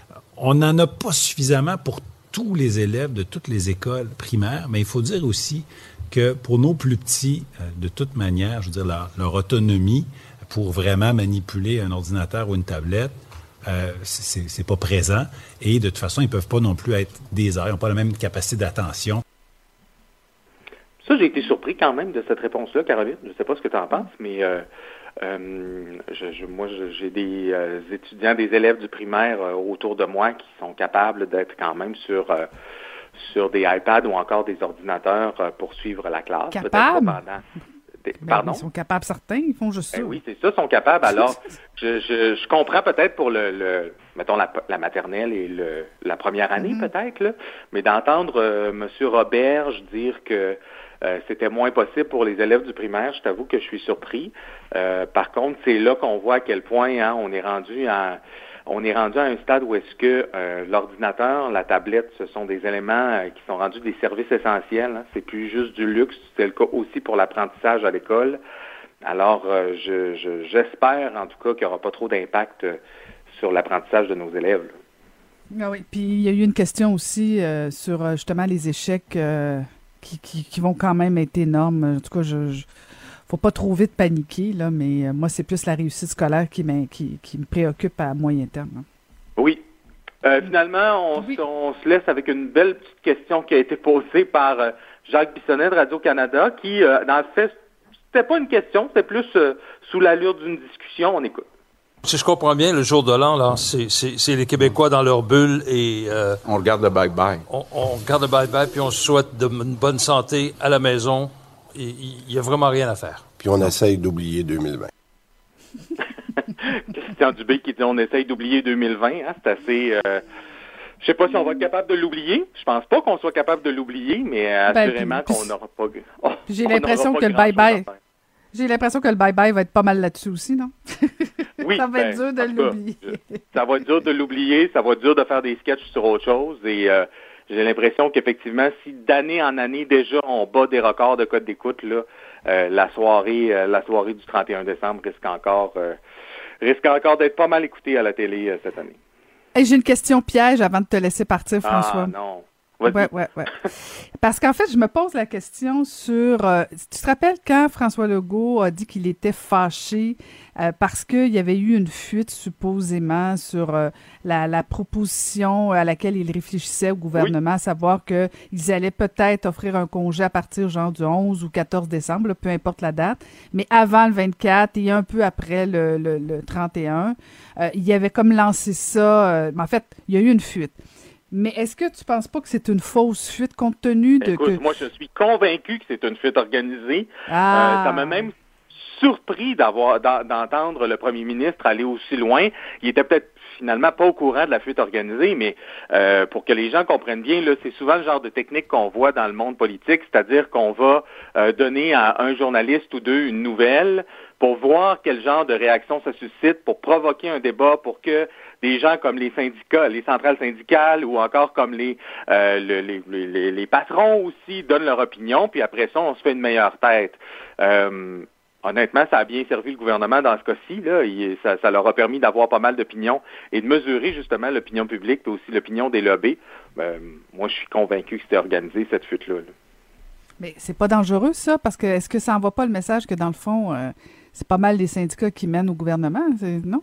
On n'en a pas suffisamment pour tous les élèves de toutes les écoles primaires, mais il faut dire aussi que pour nos plus petits, euh, de toute manière, je veux dire, leur, leur autonomie pour vraiment manipuler un ordinateur ou une tablette, Euh, c'est, c'est pas présent et de toute façon, ils peuvent pas non plus être des heures, ils n'ont pas la même capacité d'attention. Ça, j'ai été surpris quand même de cette réponse-là, Caroline. Je ne sais pas ce que tu en penses, mais euh, euh, je, je, moi, je, j'ai des euh, étudiants, des élèves du primaire euh, autour de moi qui sont capables d'être quand même sur euh, sur des iPads ou encore des ordinateurs euh, pour suivre la classe. Capables? Peut-être pas pendant... Ben, Pardon? Ils sont capables, certains, ils font juste ça. Ben oui, c'est ça, ils sont capables. Alors, je, je, je comprends peut-être pour le, le mettons, la, la maternelle et le, la première année, mm-hmm. peut-être, là, mais d'entendre euh, M. Roberge dire que euh, c'était moins possible pour les élèves du primaire, je t'avoue que je suis surpris. Euh, par contre, c'est là qu'on voit à quel point hein, on est rendu à... On est rendu à un stade où est-ce que euh, l'ordinateur, la tablette, ce sont des éléments euh, qui sont rendus des services essentiels. Hein. C'est plus juste du luxe. C'est le cas aussi pour l'apprentissage à l'école. Alors, euh, je, je, j'espère en tout cas qu'il n'y aura pas trop d'impact euh, sur l'apprentissage de nos élèves. Là. Ah oui. Puis il y a eu une question aussi euh, sur justement les échecs euh, qui, qui, qui vont quand même être énormes. En tout cas, je... je... faut pas trop vite paniquer, là, mais euh, moi, c'est plus la réussite scolaire qui, qui, qui me préoccupe à moyen terme. Hein. Oui. Euh, finalement, on, oui. on se laisse avec une belle petite question qui a été posée par euh, Jacques Bissonnet de Radio-Canada, qui, euh, dans le fait, c'était pas une question, c'était plus euh, sous l'allure d'une discussion. On écoute. Si je comprends bien, le jour de l'an, là, c'est, c'est, c'est les Québécois dans leur bulle et... Euh, on regarde le bye-bye. On, on regarde le bye-bye, puis on se souhaite de, une bonne santé à la maison. Il n'y a vraiment rien à faire. Puis on essaye d'oublier deux mille vingt. Christian Dubé qui dit on essaye d'oublier deux mille vingt. Hein, c'est assez... Euh, je sais pas si on va être capable de l'oublier. Je pense pas qu'on soit capable de l'oublier, mais assurément ben, puis, qu'on n'aura pas... Oh, j'ai l'impression que le bye-bye... J'ai l'impression que le bye-bye va être pas mal là-dessus aussi, non? Oui, ça va ben, être dur de l'oublier. Cas, ça va être dur de l'oublier, ça va être dur de faire des sketchs sur autre chose. Et euh, j'ai l'impression qu'effectivement, si d'année en année, déjà, on bat des records de code d'écoute, là, euh, la soirée euh, la soirée du trente et un décembre risque encore, euh, risque encore d'être pas mal écoutée à la télé euh, cette année. Hey, j'ai une question piège avant de te laisser partir, François. Ah non. Oui, oui, oui. Parce qu'en fait, je me pose la question sur... Euh, tu te rappelles quand François Legault a dit qu'il était fâché euh, parce qu'il y avait eu une fuite, supposément, sur euh, la, la proposition à laquelle il réfléchissait au gouvernement, oui. à savoir qu'ils allaient peut-être offrir un congé à partir genre du onze ou quatorze décembre, là, peu importe la date, mais avant le vingt-quatre et un peu après le, le, le trente et un, euh, il avait comme lancé ça... Euh, en fait, il y a eu une fuite. Mais est-ce que tu penses pas que c'est une fausse fuite compte tenu de... Écoute, que... moi, je suis convaincu que c'est une fuite organisée. Ah. Euh, ça m'a même surpris d'avoir d'entendre le premier ministre aller aussi loin. Il était peut-être finalement pas au courant de la fuite organisée, mais euh, pour que les gens comprennent bien, là, c'est souvent le genre de technique qu'on voit dans le monde politique, c'est-à-dire qu'on va euh, donner à un journaliste ou deux une nouvelle pour voir quel genre de réaction ça suscite, pour provoquer un débat, pour que des gens comme les syndicats, les centrales syndicales ou encore comme les, euh, le, les, les, les patrons aussi donnent leur opinion, puis après ça, on se fait une meilleure tête. Euh, honnêtement, ça a bien servi le gouvernement dans ce cas-ci. Là. Il, ça, ça leur a permis d'avoir pas mal d'opinions et de mesurer justement l'opinion publique et aussi l'opinion des lobbies. Euh, moi, je suis convaincu que c'était organisé, cette fuite-là. Là. Mais c'est pas dangereux, ça? Parce que est-ce que ça envoie pas le message que, dans le fond, euh, c'est pas mal les syndicats qui mènent au gouvernement? C'est, non?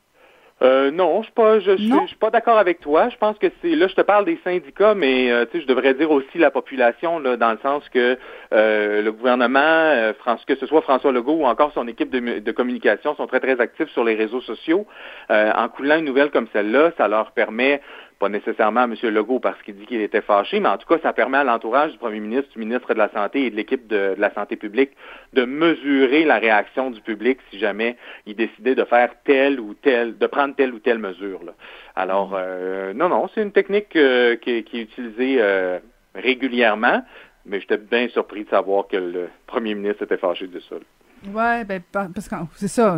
Euh, non, je suis pas, je, je, je suis pas d'accord avec toi. Je pense que c'est, là, je te parle des syndicats, mais euh, tu sais, je devrais dire aussi la population, là, dans le sens que euh, le gouvernement, euh, France, que ce soit François Legault ou encore son équipe de, de communication, sont très très actifs sur les réseaux sociaux. Euh, en coulant une nouvelle comme celle-là, ça leur permet, pas nécessairement à M. Legault parce qu'il dit qu'il était fâché, mais en tout cas, ça permet à l'entourage du premier ministre, du ministre de la Santé et de l'équipe de, de la santé publique de mesurer la réaction du public si jamais il décidait de faire telle ou telle, de prendre telle ou telle mesure. Là. Alors, euh, non, non, c'est une technique euh, qui, qui est utilisée euh, régulièrement, mais j'étais bien surpris de savoir que le premier ministre était fâché de ça. Oui, ben, parce que c'est ça.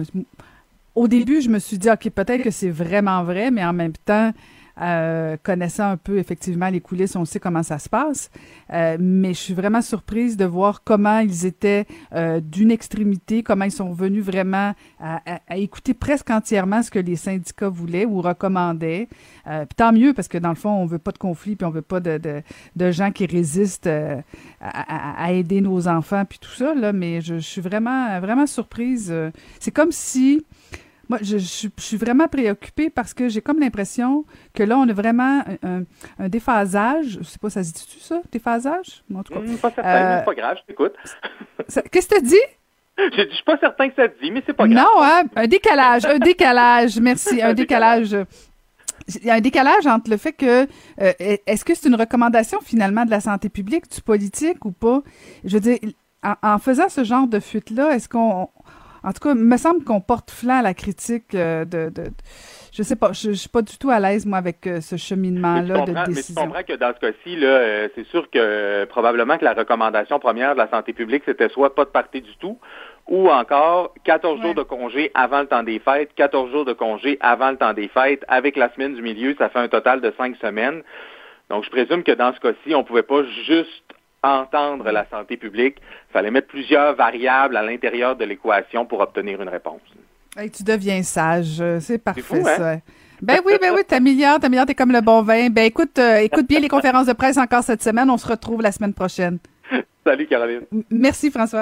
Au début, je me suis dit, OK, peut-être que c'est vraiment vrai, mais en même temps, Euh, connaissant un peu effectivement les coulisses, on sait comment ça se passe, euh, mais je suis vraiment surprise de voir comment ils étaient euh, d'une extrémité, comment ils sont venus vraiment à, à, à écouter presque entièrement ce que les syndicats voulaient ou recommandaient. Euh, puis tant mieux, parce que dans le fond, on veut pas de conflit, puis on veut pas de, de, de gens qui résistent euh, à, à, à aider nos enfants, puis tout ça, là, mais je, je suis vraiment, vraiment surprise. C'est comme si... Moi, je, je, je suis vraiment préoccupée parce que j'ai comme l'impression que là, on a vraiment un, un, un déphasage. Je sais pas, ça se dit-tu, ça? Déphasage? En tout cas. Mmh, pas certain, euh, mais c'est pas grave, je t'écoute. Qu'est-ce que tu as dit? Je, je suis pas certain que ça te dit, mais c'est pas grave. Non, hein? Un décalage, un décalage, merci, un décalage. Il y a un décalage entre le fait que, euh, est-ce que c'est une recommandation finalement de la santé publique, du politique ou pas? Je veux dire, en, en faisant ce genre de fuite-là, est-ce qu'on... En tout cas, il me semble qu'on porte flanc à la critique euh, de, de, de... Je sais pas, je, je suis pas du tout à l'aise, moi, avec euh, ce cheminement-là de décision. Mais tu comprends que dans ce cas-ci, là, euh, c'est sûr que euh, probablement que la recommandation première de la santé publique, c'était soit pas de party du tout, ou encore quatorze ouais. jours de congé avant le temps des fêtes, quatorze jours de congé avant le temps des fêtes, avec la semaine du milieu, ça fait un total de cinq semaines. Donc, je présume que dans ce cas-ci, on pouvait pas juste entendre la santé publique. Il fallait mettre plusieurs variables à l'intérieur de l'équation pour obtenir une réponse. Hey, tu deviens sage. C'est parfait, c'est fou, hein? ça. Ben oui, ben oui, t'améliores, t'améliores, t'es comme le bon vin. Ben écoute, euh, écoute bien les conférences de presse encore cette semaine. On se retrouve la semaine prochaine. Salut, Caroline. M- merci, François.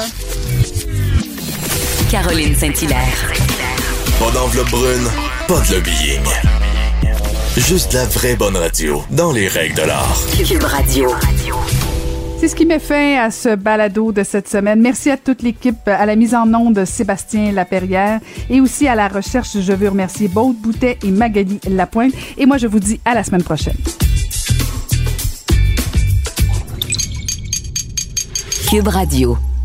Caroline Saint-Hilaire. Pas d'enveloppe brune, pas de lobbying. Juste la vraie bonne radio, dans les règles de l'art. Cube Radio. C'est ce qui met fin à ce balado de cette semaine. Merci à toute l'équipe, à la mise en onde Sébastien Laperrière et aussi à la recherche. Je veux remercier Baude Boutet et Magali Lapointe. Et moi, je vous dis à la semaine prochaine. Cube Radio.